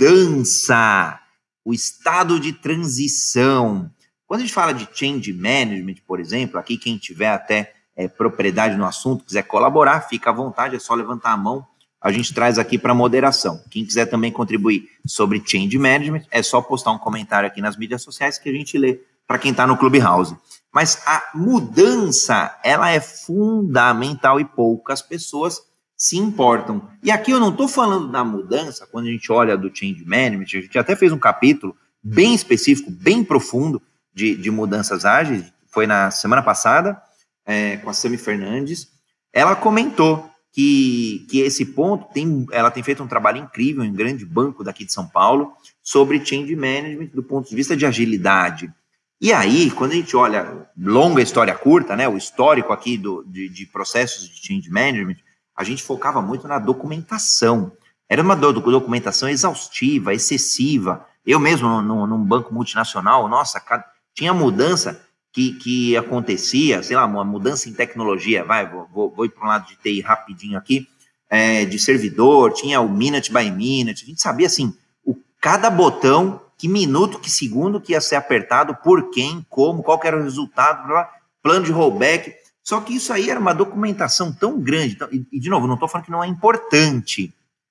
mudança, o estado de transição. Quando a gente fala de change management, por exemplo, aqui quem tiver até propriedade no assunto, quiser colaborar, fica à vontade, é só levantar a mão, a gente traz aqui para moderação. Quem quiser também contribuir sobre change management, é só postar um comentário aqui nas mídias sociais que a gente lê para quem está no Clubhouse. Mas a mudança, ela é fundamental e poucas pessoas se importam. E aqui eu não estou falando da mudança, quando a gente olha do change management, a gente até fez um capítulo bem específico, bem profundo de mudanças ágeis, foi na semana passada, com a Sami Fernandes. Ela comentou que esse ponto, ela tem feito um trabalho incrível em um grande banco daqui de São Paulo, sobre change management do ponto de vista de agilidade. E aí, quando a gente olha longa história curta, né, o histórico aqui de processos de change management, a gente focava muito na documentação. Era uma documentação exaustiva, excessiva. Eu mesmo, num banco multinacional, nossa, tinha mudança que acontecia, sei lá, uma mudança em tecnologia, vou ir para um lado de TI rapidinho aqui, de servidor, tinha o minute by minute, a gente sabia, assim, cada botão, que minuto, que segundo que ia ser apertado, por quem, como, qual que era o resultado, plano de rollback. Só que isso aí era uma documentação tão grande. Então, e de novo, não estou falando que não é importante.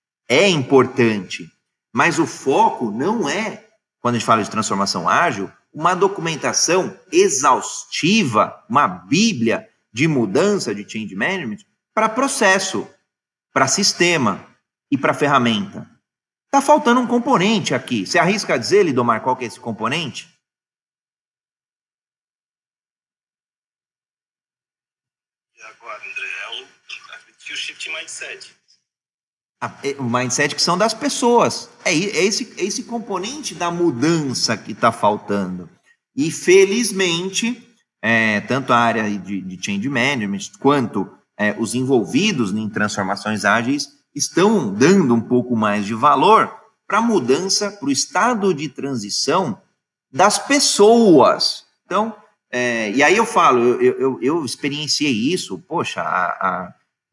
É importante. Mas o foco não é, quando a gente fala de transformação ágil, uma documentação exaustiva, uma bíblia de mudança de change management para processo, para sistema e para ferramenta. Está faltando um componente aqui. Você arrisca a dizer, Lidomar, qual que é esse componente? E agora, André, o shift mindset. O mindset que são das pessoas. É esse componente da mudança que está faltando. E, felizmente, tanto a área de change management, quanto os envolvidos em transformações ágeis, estão dando um pouco mais de valor para a mudança, para o estado de transição das pessoas. Então, e aí eu falo, eu experienciei isso, poxa, há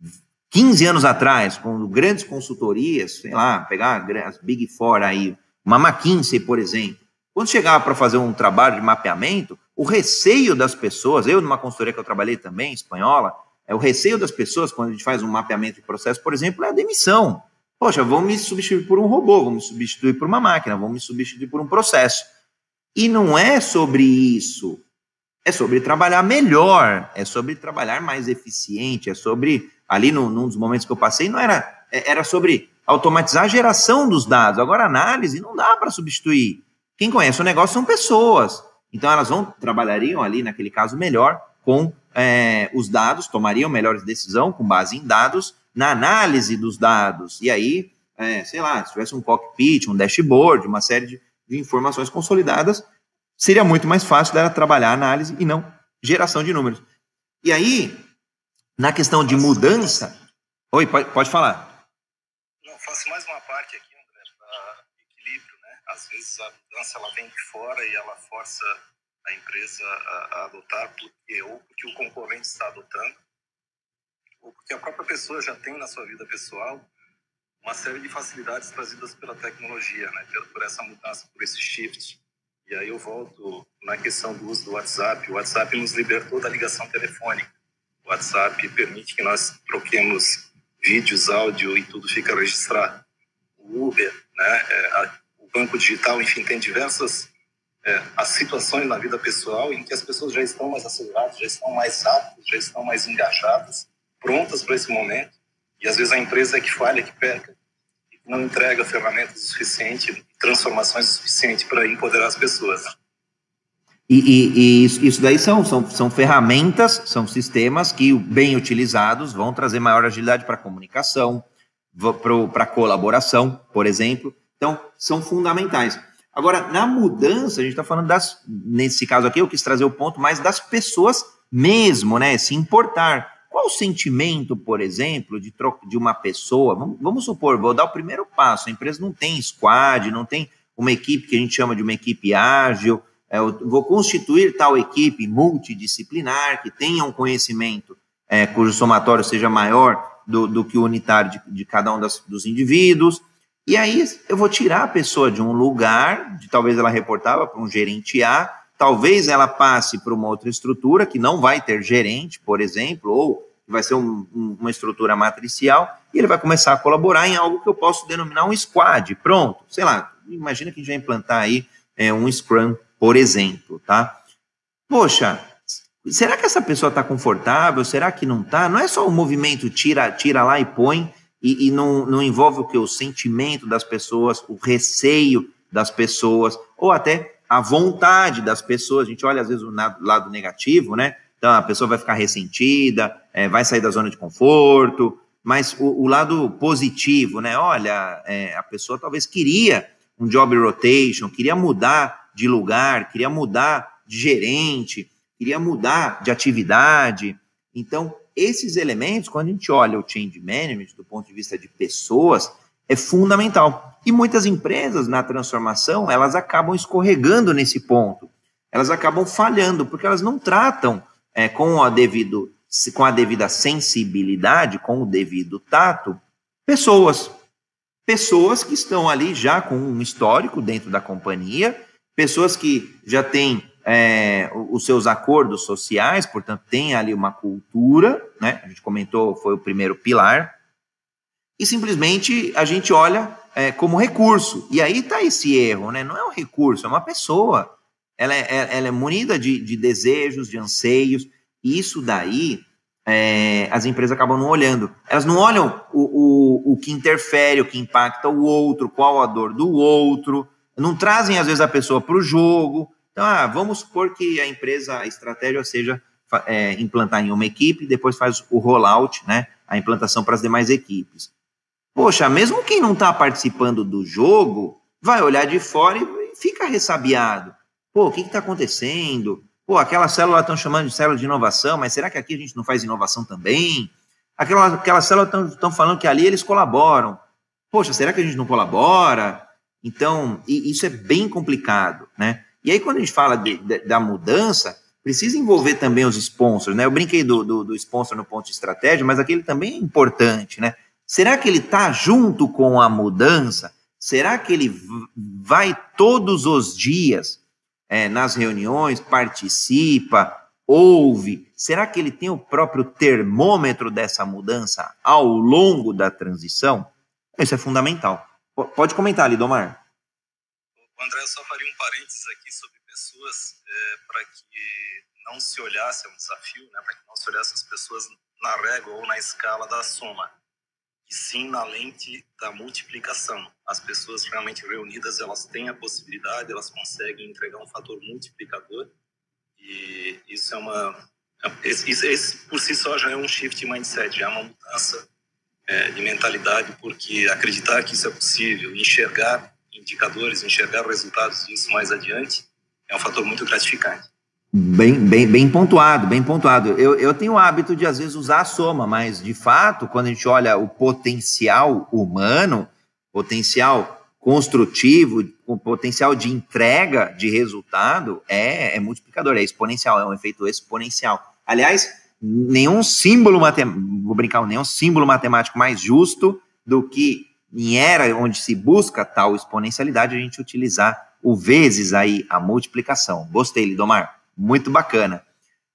15 anos atrás, com grandes consultorias, sei lá, pegar as Big Four aí, uma McKinsey, por exemplo, quando chegava para fazer um trabalho de mapeamento, o receio das pessoas, eu numa consultoria que eu trabalhei também, espanhola, o receio das pessoas quando a gente faz um mapeamento de processo, por exemplo, é a demissão. Poxa, vão me substituir por um robô, vão me substituir por uma máquina, vão me substituir por um processo. E não é sobre isso, é sobre trabalhar melhor, é sobre trabalhar mais eficiente, é sobre, ali num dos momentos que eu passei, não era sobre automatizar a geração dos dados. Agora, análise não dá para substituir. Quem conhece o negócio são pessoas. Então, elas trabalhariam ali, naquele caso, melhor com os dados, tomariam melhores decisões com base em dados, na análise dos dados. E aí, sei lá, se tivesse um cockpit, um dashboard, uma série de informações consolidadas, seria muito mais fácil dela trabalhar a análise e não geração de números. E aí, na questão de mudança... Oi, pode falar. Não, faço mais uma parte aqui, André, para equilíbrio, né? Às vezes a mudança ela vem de fora e ela força a empresa a adotar porque o concorrente está adotando, ou porque a própria pessoa já tem na sua vida pessoal uma série de facilidades trazidas pela tecnologia, né? Por essa mudança, por esse shift. E aí eu volto na questão do uso do WhatsApp. O WhatsApp nos libertou da ligação telefônica. O WhatsApp permite que nós troquemos vídeos, áudio e tudo fica registrado. O Uber, né? O banco digital, enfim, tem diversas as situações na vida pessoal em que as pessoas já estão mais aceleradas, já estão mais aptas, já estão mais engajadas, prontas para esse momento. E às vezes a empresa é que falha, que peca, e que não entrega ferramentas o suficiente, transformações o suficiente para empoderar as pessoas. E isso daí são ferramentas, são sistemas que, bem utilizados, vão trazer maior agilidade para a comunicação, para a colaboração, por exemplo. Então, são fundamentais. Agora, na mudança, a gente está falando nesse caso aqui, eu quis trazer o ponto mais das pessoas mesmo, né? Se importar. Qual o sentimento, por exemplo, de uma pessoa? Vamos supor, vou dar o primeiro passo. A empresa não tem squad, não tem uma equipe que a gente chama de uma equipe ágil. Eu vou constituir tal equipe multidisciplinar, que tenha um conhecimento cujo somatório seja maior do que o unitário de cada um dos indivíduos. E aí eu vou tirar a pessoa de um lugar, talvez ela reportava para um gerente A, talvez ela passe para uma outra estrutura que não vai ter gerente, por exemplo, ou vai ser uma estrutura matricial, e ele vai começar a colaborar em algo que eu posso denominar um squad. Pronto, sei lá, imagina que a gente vai implantar aí um Scrum, por exemplo, tá? Poxa, será que essa pessoa está confortável? Será que não está? Não é só o movimento tira lá e põe, e não envolve o que? O sentimento das pessoas, o receio das pessoas, ou até a vontade das pessoas. A gente olha às vezes o lado negativo, né? Então a pessoa vai ficar ressentida, vai sair da zona de conforto, mas o lado positivo, né? Olha, a pessoa talvez queria um job rotation, queria mudar de lugar, queria mudar de gerente, queria mudar de atividade. Então, esses elementos, quando a gente olha o change management do ponto de vista de pessoas, é fundamental. E muitas empresas na transformação, elas acabam escorregando nesse ponto. Elas acabam falhando, porque elas não tratam com a devida sensibilidade, com o devido tato, pessoas que estão ali já com um histórico dentro da companhia, pessoas que já têm os seus acordos sociais, portanto, tem ali uma cultura, né? A gente comentou, foi o primeiro pilar, e simplesmente a gente olha como recurso. E aí está esse erro, né? Não é um recurso, é uma pessoa. Ela é munida de desejos, de anseios, e isso daí as empresas acabam não olhando. Elas não olham o que interfere, o que impacta o outro, qual a dor do outro, não trazem, às vezes, a pessoa para o jogo. Então, vamos supor que a estratégia seja implantar em uma equipe e depois faz o rollout, né, a implantação para as demais equipes. Poxa, mesmo quem não está participando do jogo vai olhar de fora e fica ressabiado. Pô, o que está acontecendo? Pô, aquela célula estão chamando de célula de inovação, mas será que aqui a gente não faz inovação também? Aquela célula estão falando que ali eles colaboram. Poxa, será que a gente não colabora? Então, isso é bem complicado, né? E aí, quando a gente fala da mudança, precisa envolver também os sponsors, né? Eu brinquei do sponsor no ponto de estratégia, mas aquele também é importante, né? Será que ele está junto com a mudança? Será que ele vai todos os dias nas reuniões, participa, ouve? Será que ele tem o próprio termômetro dessa mudança ao longo da transição? Isso é fundamental. Pode comentar, Lidomar. André, eu só faria um parênteses aqui sobre pessoas, para que não se olhasse, é um desafio, né, para que não se olhasse as pessoas na régua ou na escala da soma, e sim na lente da multiplicação. As pessoas realmente reunidas, elas têm a possibilidade, elas conseguem entregar um fator multiplicador, e isso esse por si só já é um shift de mindset, já é uma mudança de mentalidade, porque acreditar que isso é possível, enxergar indicadores, enxergar resultados disso mais adiante, é um fator muito gratificante. Bem pontuado, bem pontuado. Eu tenho o hábito de, às vezes, usar a soma, mas, de fato, quando a gente olha o potencial humano, potencial construtivo, o potencial de entrega de resultado é multiplicador, é exponencial, é um efeito exponencial. Aliás, nenhum símbolo matemático mais justo do que em era onde se busca tal exponencialidade, a gente utilizar o vezes aí, a multiplicação. Gostei, Lidomar. Muito bacana.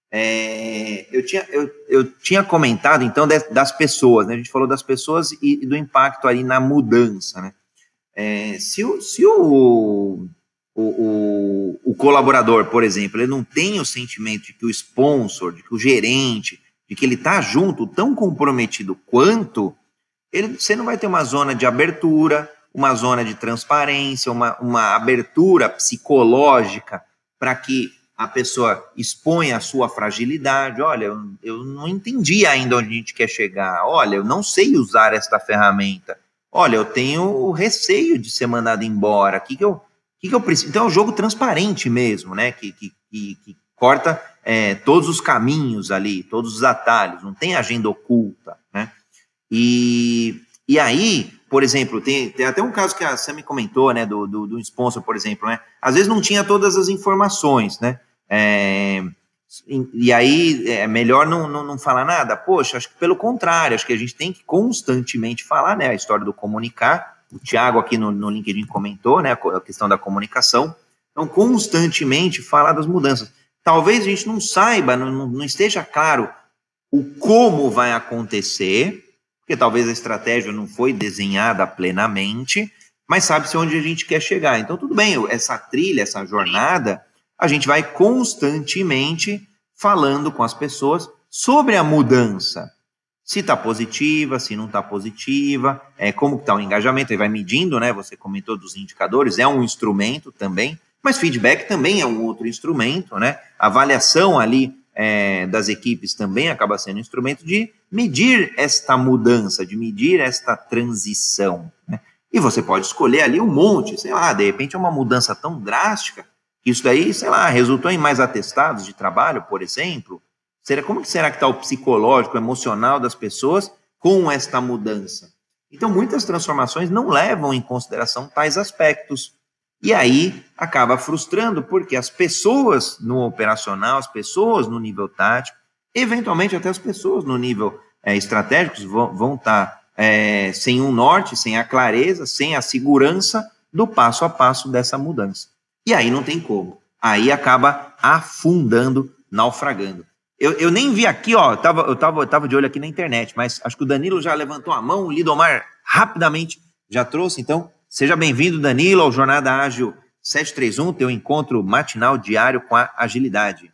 Eu tinha comentado, então, das pessoas, né? A gente falou das pessoas e do impacto ali na mudança, né? Se o colaborador, por exemplo, ele não tem o sentimento de que o sponsor, de que o gerente, de que ele está junto, tão comprometido quanto, você não vai ter uma zona de abertura, uma zona de transparência, uma abertura psicológica para que a pessoa exponha a sua fragilidade. Olha, eu não entendi ainda onde a gente quer chegar. Olha, eu não sei usar esta ferramenta. Olha, eu tenho receio de ser mandado embora. O que eu preciso? Então é um jogo transparente mesmo, né? Que corta todos os caminhos ali, todos os atalhos, não tem agenda oculta, né? E aí, por exemplo, tem até um caso que a Sam comentou, né, do sponsor, por exemplo, né? Às vezes não tinha todas as informações, né? E aí é melhor não falar nada. Poxa, acho que pelo contrário, acho que a gente tem que constantemente falar, né? A história do comunicar. O Thiago aqui no LinkedIn comentou, né? A questão da comunicação. Então, constantemente falar das mudanças. Talvez a gente não saiba, não esteja claro o como vai acontecer, porque talvez a estratégia não foi desenhada plenamente, mas sabe-se onde a gente quer chegar. Então, tudo bem, essa trilha, essa jornada, a gente vai constantemente falando com as pessoas sobre a mudança. Se está positiva, se não está positiva, como está o engajamento, aí vai medindo, né? Você comentou dos indicadores, é um instrumento também, mas feedback também é um outro instrumento, né? A avaliação ali das equipes também acaba sendo um instrumento de medir esta mudança, de medir esta transição, né? E você pode escolher ali um monte, sei lá, de repente é uma mudança tão drástica que isso daí, sei lá, resultou em mais atestados de trabalho, por exemplo. Como que será que está o psicológico, o emocional das pessoas com esta mudança? Então, muitas transformações não levam em consideração tais aspectos. E aí acaba frustrando, porque as pessoas no operacional, as pessoas no nível tático, eventualmente até as pessoas no nível estratégico vão estar sem um norte, sem a clareza, sem a segurança do passo a passo dessa mudança. E aí não tem como. Aí acaba afundando, naufragando. Eu nem vi aqui, ó, eu tava de olho aqui na internet, mas acho que o Danilo já levantou a mão, o Lidomar rapidamente já trouxe, então seja bem-vindo, Danilo, ao Jornada Ágil 731, teu encontro matinal diário com a agilidade.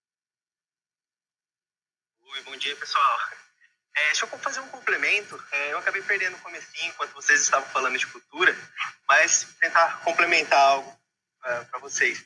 Oi, bom dia, pessoal. Deixa eu fazer um complemento. Eu acabei perdendo o comecinho enquanto vocês estavam falando de cultura, mas tentar complementar algo para vocês.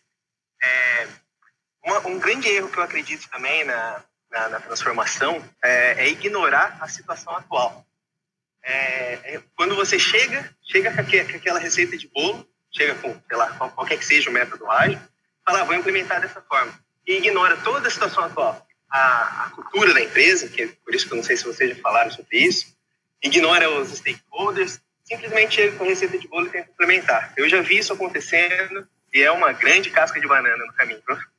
Um grande erro que eu acredito também na transformação é ignorar a situação atual. Quando você chega com aquela receita de bolo, chega com, sei lá, qualquer que seja o método ágil, fala, vou implementar dessa forma. e ignora toda a situação atual. A cultura da empresa, que é por isso que eu não sei se vocês já falaram sobre isso, ignora os stakeholders, simplesmente chega com a receita de bolo e tenta implementar. Eu já vi isso acontecendo e é uma grande casca de banana no caminho.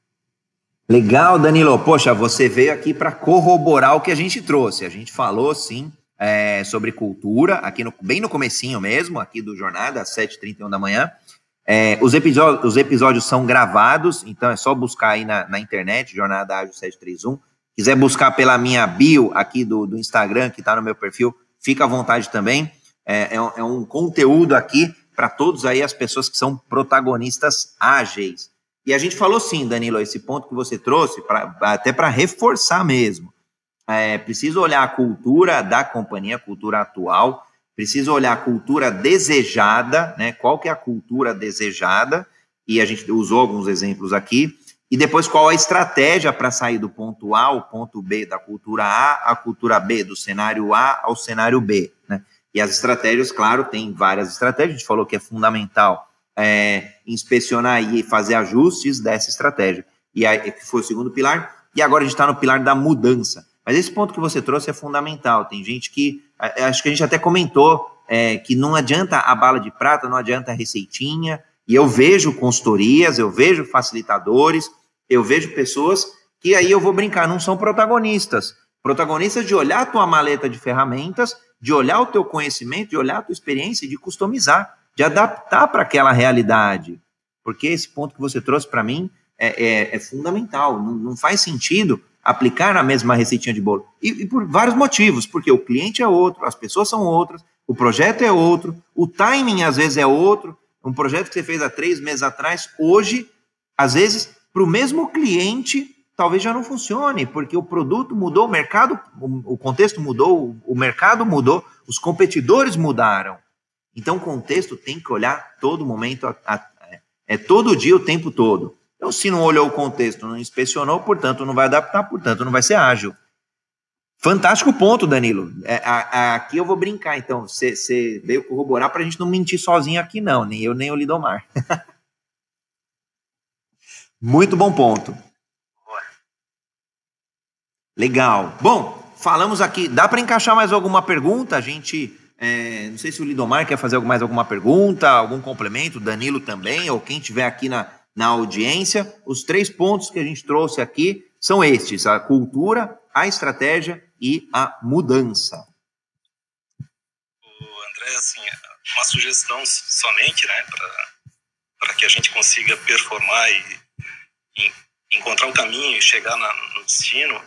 Legal, Danilo. Poxa, você veio aqui para corroborar o que a gente trouxe. A gente falou, sim, sobre cultura, aqui bem no comecinho mesmo, aqui do Jornada, às 7h31 da manhã. Os episódios são gravados, então é só buscar aí na internet, Jornada Ágil 731. Quiser buscar pela minha bio aqui do Instagram, que está no meu perfil, fica à vontade também. É um conteúdo aqui para todos aí as pessoas que são protagonistas ágeis. E a gente falou sim, Danilo, esse ponto que você trouxe, até para reforçar mesmo. Preciso olhar a cultura da companhia, a cultura atual, preciso olhar a cultura desejada, né? Qual que é a cultura desejada, e a gente usou alguns exemplos aqui, e depois qual a estratégia para sair do ponto A ao ponto B, da cultura A à cultura B, do cenário A ao cenário B, né? E as estratégias, claro, tem várias estratégias, a gente falou que é fundamental inspecionar e fazer ajustes dessa estratégia, e aí que foi o segundo pilar, e agora a gente está no pilar da mudança. Mas esse ponto que você trouxe é fundamental. Tem gente que, acho que a gente até comentou, que não adianta a bala de prata, não adianta a receitinha, e eu vejo consultorias, eu vejo facilitadores, eu vejo pessoas que aí eu vou brincar, não são protagonistas. Protagonistas de olhar a tua maleta de ferramentas, de olhar o teu conhecimento, de olhar a tua experiência e de customizar, de adaptar para aquela realidade. Porque esse ponto que você trouxe para mim é fundamental. Não faz sentido aplicar na mesma receitinha de bolo. E por vários motivos, porque o cliente é outro, as pessoas são outras, o projeto é outro, o timing às vezes é outro. Um projeto que você fez há 3 meses atrás, hoje, às vezes, para o mesmo cliente, talvez já não funcione, porque o produto mudou, o mercado, o contexto mudou, o mercado mudou, os competidores mudaram. Então, o contexto tem que olhar todo momento, todo dia, o tempo todo. Então, se não olhou o contexto, não inspecionou, portanto, não vai adaptar, portanto, não vai ser ágil. Fantástico ponto, Danilo. Aqui eu vou brincar, então. Você veio corroborar para a gente não mentir sozinho aqui, não. Nem eu, nem o Lidomar. Muito bom ponto. Legal. Bom, falamos aqui. Dá para encaixar mais alguma pergunta? A gente... não sei se o Lidomar quer fazer mais alguma pergunta, algum complemento, Danilo também, ou quem estiver aqui na audiência. Os 3 pontos que a gente trouxe aqui são estes: a cultura, a estratégia e a mudança. André, assim, uma sugestão somente, né, para que a gente consiga performar e encontrar o caminho e chegar no destino,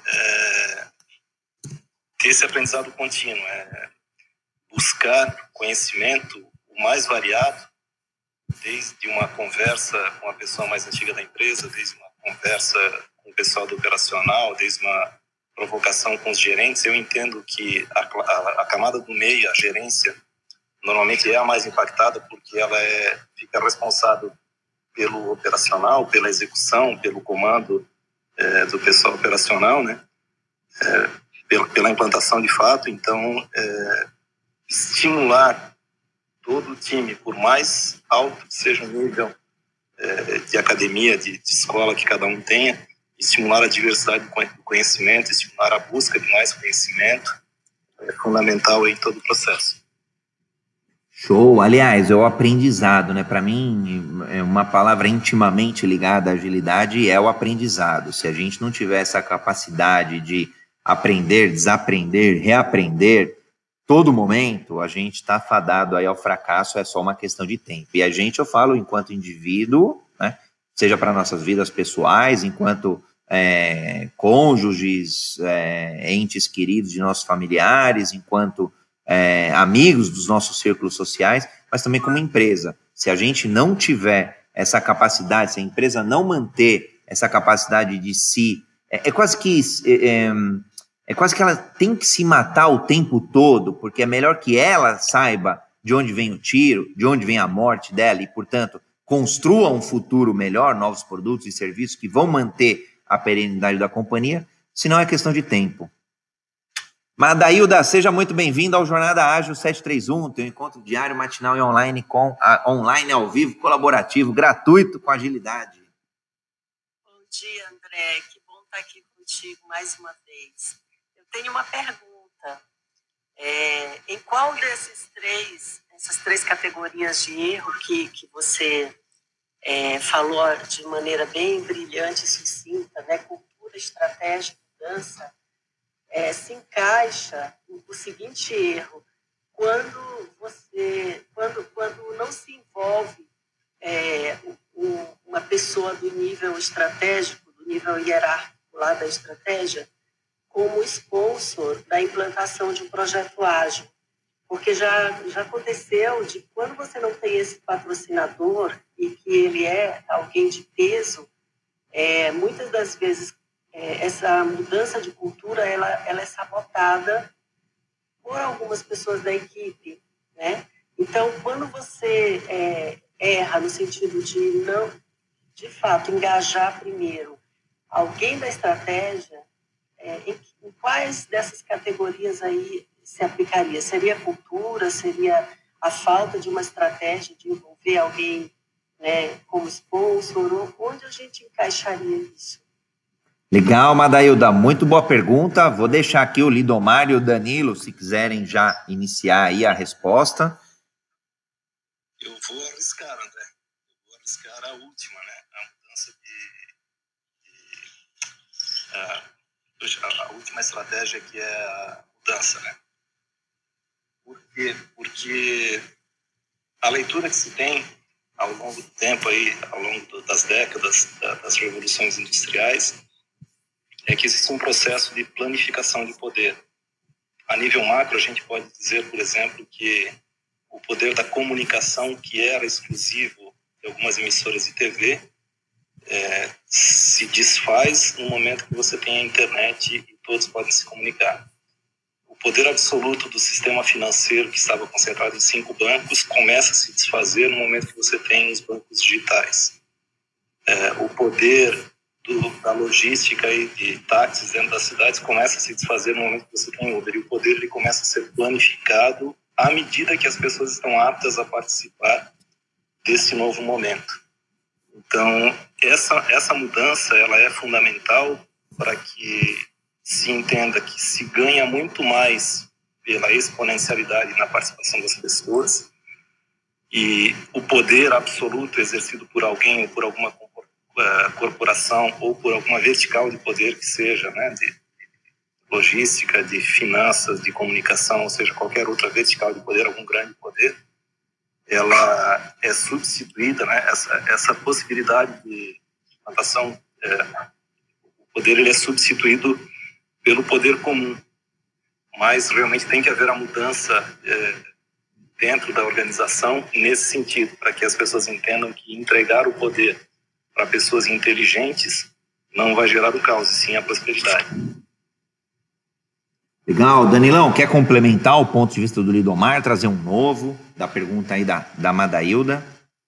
ter esse aprendizado contínuo, buscar conhecimento o mais variado, desde uma conversa com a pessoa mais antiga da empresa, desde uma conversa com o pessoal do operacional, desde uma provocação com os gerentes. Eu entendo que a camada do meio, a gerência, normalmente é a mais impactada, porque ela fica responsável pelo operacional, pela execução, pelo comando do pessoal operacional, né? Pela implantação de fato. Então, estimular todo o time, por mais alto que seja o nível de academia, de escola que cada um tenha, estimular a diversidade do conhecimento, estimular a busca de mais conhecimento, é fundamental em todo o processo. Show! Aliás, é o aprendizado, né? Para mim, é uma palavra intimamente ligada à agilidade, é o aprendizado. Se a gente não tiver essa capacidade de aprender, desaprender, reaprender, todo momento, a gente está fadado aí ao fracasso, é só uma questão de tempo. E a gente, eu falo enquanto indivíduo, né? Seja para nossas vidas pessoais, enquanto cônjuges, entes queridos de nossos familiares, enquanto amigos dos nossos círculos sociais, mas também como empresa. Se a gente não tiver essa capacidade, se a empresa não manter essa capacidade de se... É quase que ela tem que se matar o tempo todo, porque é melhor que ela saiba de onde vem o tiro, de onde vem a morte dela, e, portanto, construa um futuro melhor, novos produtos e serviços que vão manter a perenidade da companhia, senão é questão de tempo. Madailda, seja muito bem-vindo ao Jornada Ágil 731, teu encontro diário, matinal e online, online ao vivo, colaborativo, gratuito, com agilidade. Bom dia, André. Que bom estar aqui contigo mais uma vez. Eu tenho uma pergunta. Em qual essas três categorias de erro que você falou de maneira bem brilhante e sucinta, né? Cultura, estratégia e mudança, se encaixa o seguinte erro: quando não se envolve uma pessoa do nível estratégico, do nível hierárquico lá da estratégia, como sponsor da implantação de um projeto ágil. Porque já aconteceu de quando você não tem esse patrocinador e que ele é alguém de peso, muitas das vezes essa mudança de cultura ela é sabotada por algumas pessoas da equipe, né? Então, quando você erra no sentido de não, de fato, engajar primeiro alguém da estratégia, em quais dessas categorias aí se aplicaria? Seria a cultura? Seria a falta de uma estratégia de envolver alguém, né, como sponsor? Onde a gente encaixaria isso? Legal, Madailda, muito boa pergunta. Vou deixar aqui o Lidomar e o Danilo, se quiserem já iniciar aí a resposta. Eu vou arriscar, André. Eu vou arriscar a última, né? A mudança a última estratégia, que é a mudança, né? Por quê? Porque a leitura que se tem ao longo do tempo, aí, ao longo das décadas, das revoluções industriais, é que existe um processo de planificação de poder. A nível macro, a gente pode dizer, por exemplo, que o poder da comunicação, que era exclusivo de algumas emissoras de TV, se desfaz no momento que você tem a internet e todos podem se comunicar. O poder absoluto do sistema financeiro, que estava concentrado em 5 bancos, começa a se desfazer no momento que você tem os bancos digitais. O poder da logística e de táxis dentro das cidades começa a se desfazer no momento que você tem Uber. E o poder ele começa a ser planificado à medida que as pessoas estão aptas a participar desse novo momento. Então, essa mudança ela é fundamental para que se entenda que se ganha muito mais pela exponencialidade na participação das pessoas, e o poder absoluto exercido por alguém ou por alguma corporação ou por alguma vertical de poder que seja, né, de logística, de finanças, de comunicação, ou seja, qualquer outra vertical de poder, algum grande poder, ela é substituída, né, essa possibilidade de implantação, o poder ele é substituído pelo poder comum, mas realmente tem que haver a mudança dentro da organização nesse sentido, para que as pessoas entendam que entregar o poder para pessoas inteligentes não vai gerar o caos, e sim a prosperidade. Legal. Danilão, quer complementar o ponto de vista do Lidomar, trazer um novo da pergunta aí da Madailda?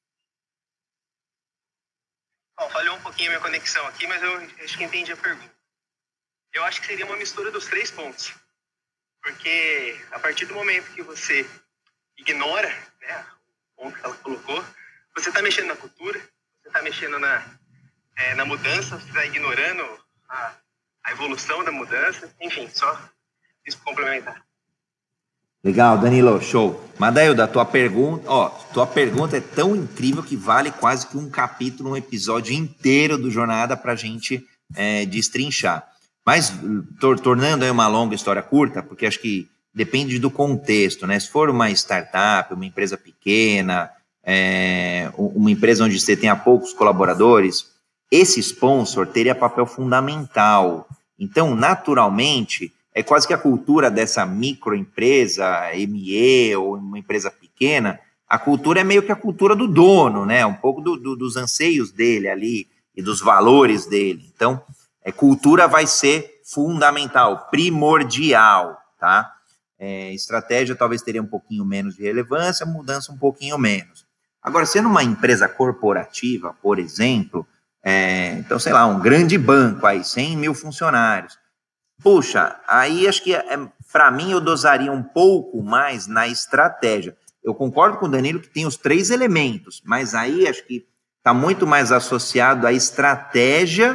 Falhou um pouquinho a minha conexão aqui, mas eu acho que entendi a pergunta. Eu acho que seria uma mistura dos 3 pontos. Porque a partir do momento que você ignora, né, o ponto que ela colocou, você está mexendo na cultura, você está mexendo na mudança, você está ignorando a evolução da mudança, enfim, só isso para complementar. Legal, Danilo, show. Madailda, tua pergunta é tão incrível que vale quase que um capítulo, um episódio inteiro do Jornada para a gente destrinchar. Mas, tornando aí uma longa história curta, porque acho que depende do contexto, né? Se for uma startup, uma empresa pequena, uma empresa onde você tenha poucos colaboradores, esse sponsor teria papel fundamental. Então, naturalmente, é quase que a cultura dessa microempresa, ME, ou uma empresa pequena, a cultura é meio que a cultura do dono, né? Um pouco dos anseios dele ali e dos valores dele. Então, cultura vai ser fundamental, primordial, tá? Estratégia talvez teria um pouquinho menos de relevância, mudança um pouquinho menos. Agora, sendo uma empresa corporativa, por exemplo, então, sei lá, um grande banco aí, 100 mil funcionários, puxa, aí acho que, para mim, eu dosaria um pouco mais na estratégia. Eu concordo com o Danilo que tem os 3 elementos, mas aí acho que está muito mais associado à estratégia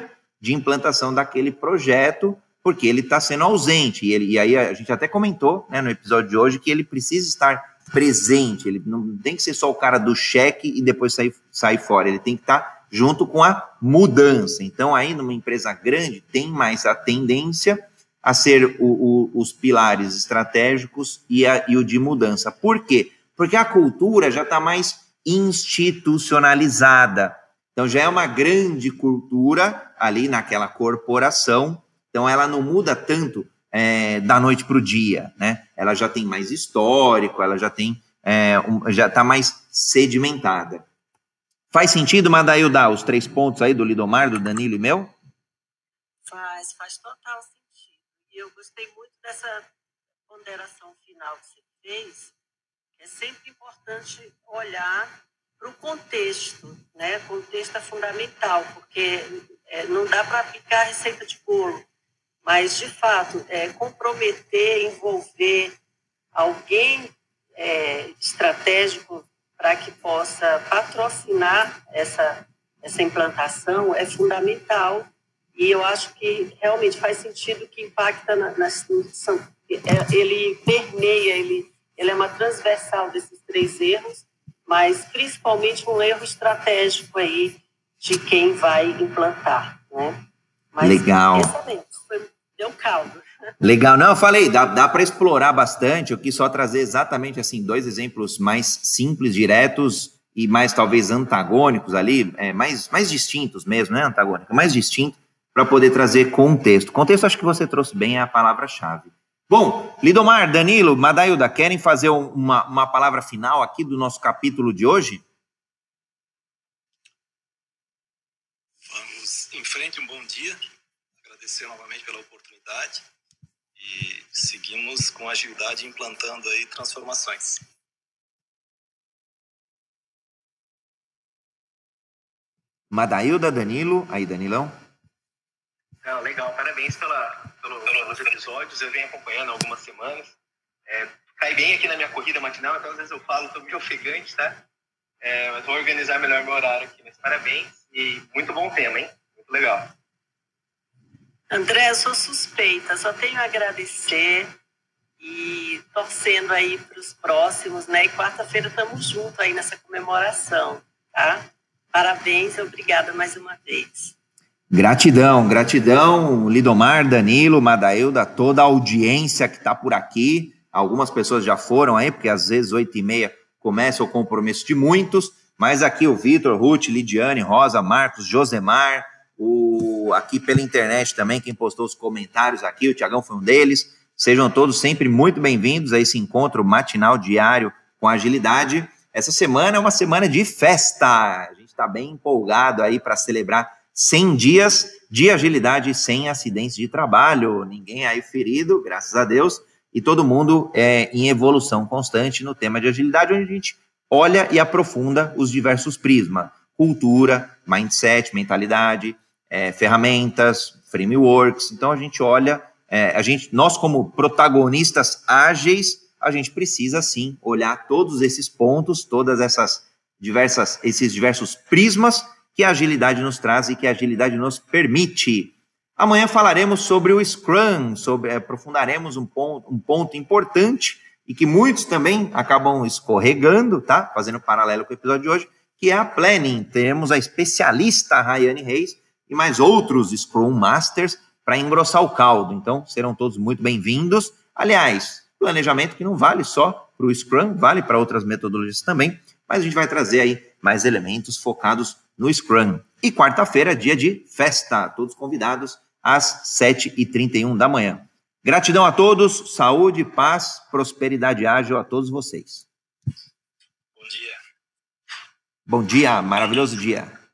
de implantação daquele projeto, porque ele está sendo ausente. E aí a gente até comentou, né, no episódio de hoje que ele precisa estar presente, ele não tem que ser só o cara do cheque e depois sair fora, ele tem que estar junto com a mudança. Então, aí numa empresa grande, tem mais a tendência a ser os pilares estratégicos e o de mudança. Por quê? Porque a cultura já está mais institucionalizada. Então, já é uma grande cultura ali naquela corporação, então ela não muda tanto da noite para o dia, né? Ela já tem mais histórico, ela já tem já está mais sedimentada. Faz sentido, Madailda, os 3 pontos aí do Lidomar, do Danilo e meu? Faz total sentido. E eu gostei muito dessa ponderação final que você fez. É sempre importante olhar para o contexto, né? O contexto é fundamental, porque não dá para aplicar a receita de bolo. Mas, de fato, comprometer, envolver alguém estratégico para que possa patrocinar essa implantação é fundamental. E eu acho que realmente faz sentido que impacta na instituição. Ele permeia, ele é uma transversal desses 3 erros, mas principalmente um erro estratégico aí de quem vai implantar, né? Mas, legal. Excelente. Deu caldo. Legal. Não, eu falei, dá para explorar bastante. Eu quis só trazer exatamente assim 2 exemplos mais simples, diretos e mais talvez antagônicos ali, mais distintos mesmo, né? Antagônico, mais distinto, para poder trazer contexto. Contexto, acho que você trouxe bem a palavra-chave. Bom, Lidomar, Danilo, Madailda, querem fazer uma palavra final aqui do nosso capítulo de hoje? Vamos em frente, um bom dia. Agradecer novamente pela oportunidade e seguimos com agilidade implantando aí transformações. Madailda, Danilo, aí Danilão. Legal, parabéns pelos episódios, eu venho acompanhando há algumas semanas. Cai bem aqui na minha corrida matinal, então às vezes eu falo, estou meio ofegante, tá? Mas vou organizar melhor meu horário aqui, mas parabéns e muito bom tema, hein? Muito legal. André, eu sou suspeita, só tenho a agradecer e torcendo aí para os próximos, né? E quarta-feira estamos juntos aí nessa comemoração, tá? Parabéns e obrigada mais uma vez. Gratidão, Lidomar, Danilo, Madailda, toda a audiência que está por aqui. Algumas pessoas já foram aí, porque às vezes 8h30 começa o compromisso de muitos, mas aqui o Vitor, Ruth, Lidiane, Rosa, Marcos, Josemar, aqui pela internet também, quem postou os comentários aqui, o Tiagão foi um deles. Sejam todos sempre muito bem-vindos a esse encontro matinal diário com agilidade. Essa semana é uma semana de festa, a gente está bem empolgado aí para celebrar 100 dias de agilidade sem acidentes de trabalho, ninguém aí ferido, graças a Deus, e todo mundo em evolução constante no tema de agilidade, onde a gente olha e aprofunda os diversos prismas, cultura, mindset, mentalidade, ferramentas, frameworks. Então a gente olha, nós como protagonistas ágeis, a gente precisa sim olhar todos esses pontos, todas esses diversos prismas que a agilidade nos traz e que a agilidade nos permite. Amanhã falaremos sobre o Scrum, aprofundaremos um ponto importante e que muitos também acabam escorregando, tá? Fazendo paralelo com o episódio de hoje, que é a Planning. Teremos a especialista Rayane Reis e mais outros Scrum Masters para engrossar o caldo. Então, serão todos muito bem-vindos. Aliás, planejamento que não vale só para o Scrum, vale para outras metodologias também, mas a gente vai trazer aí mais elementos focados no Scrum. E quarta-feira, dia de festa, todos convidados às 7h31 da manhã. Gratidão a todos, saúde, paz, prosperidade ágil a todos vocês. Bom dia. Bom dia, maravilhoso dia.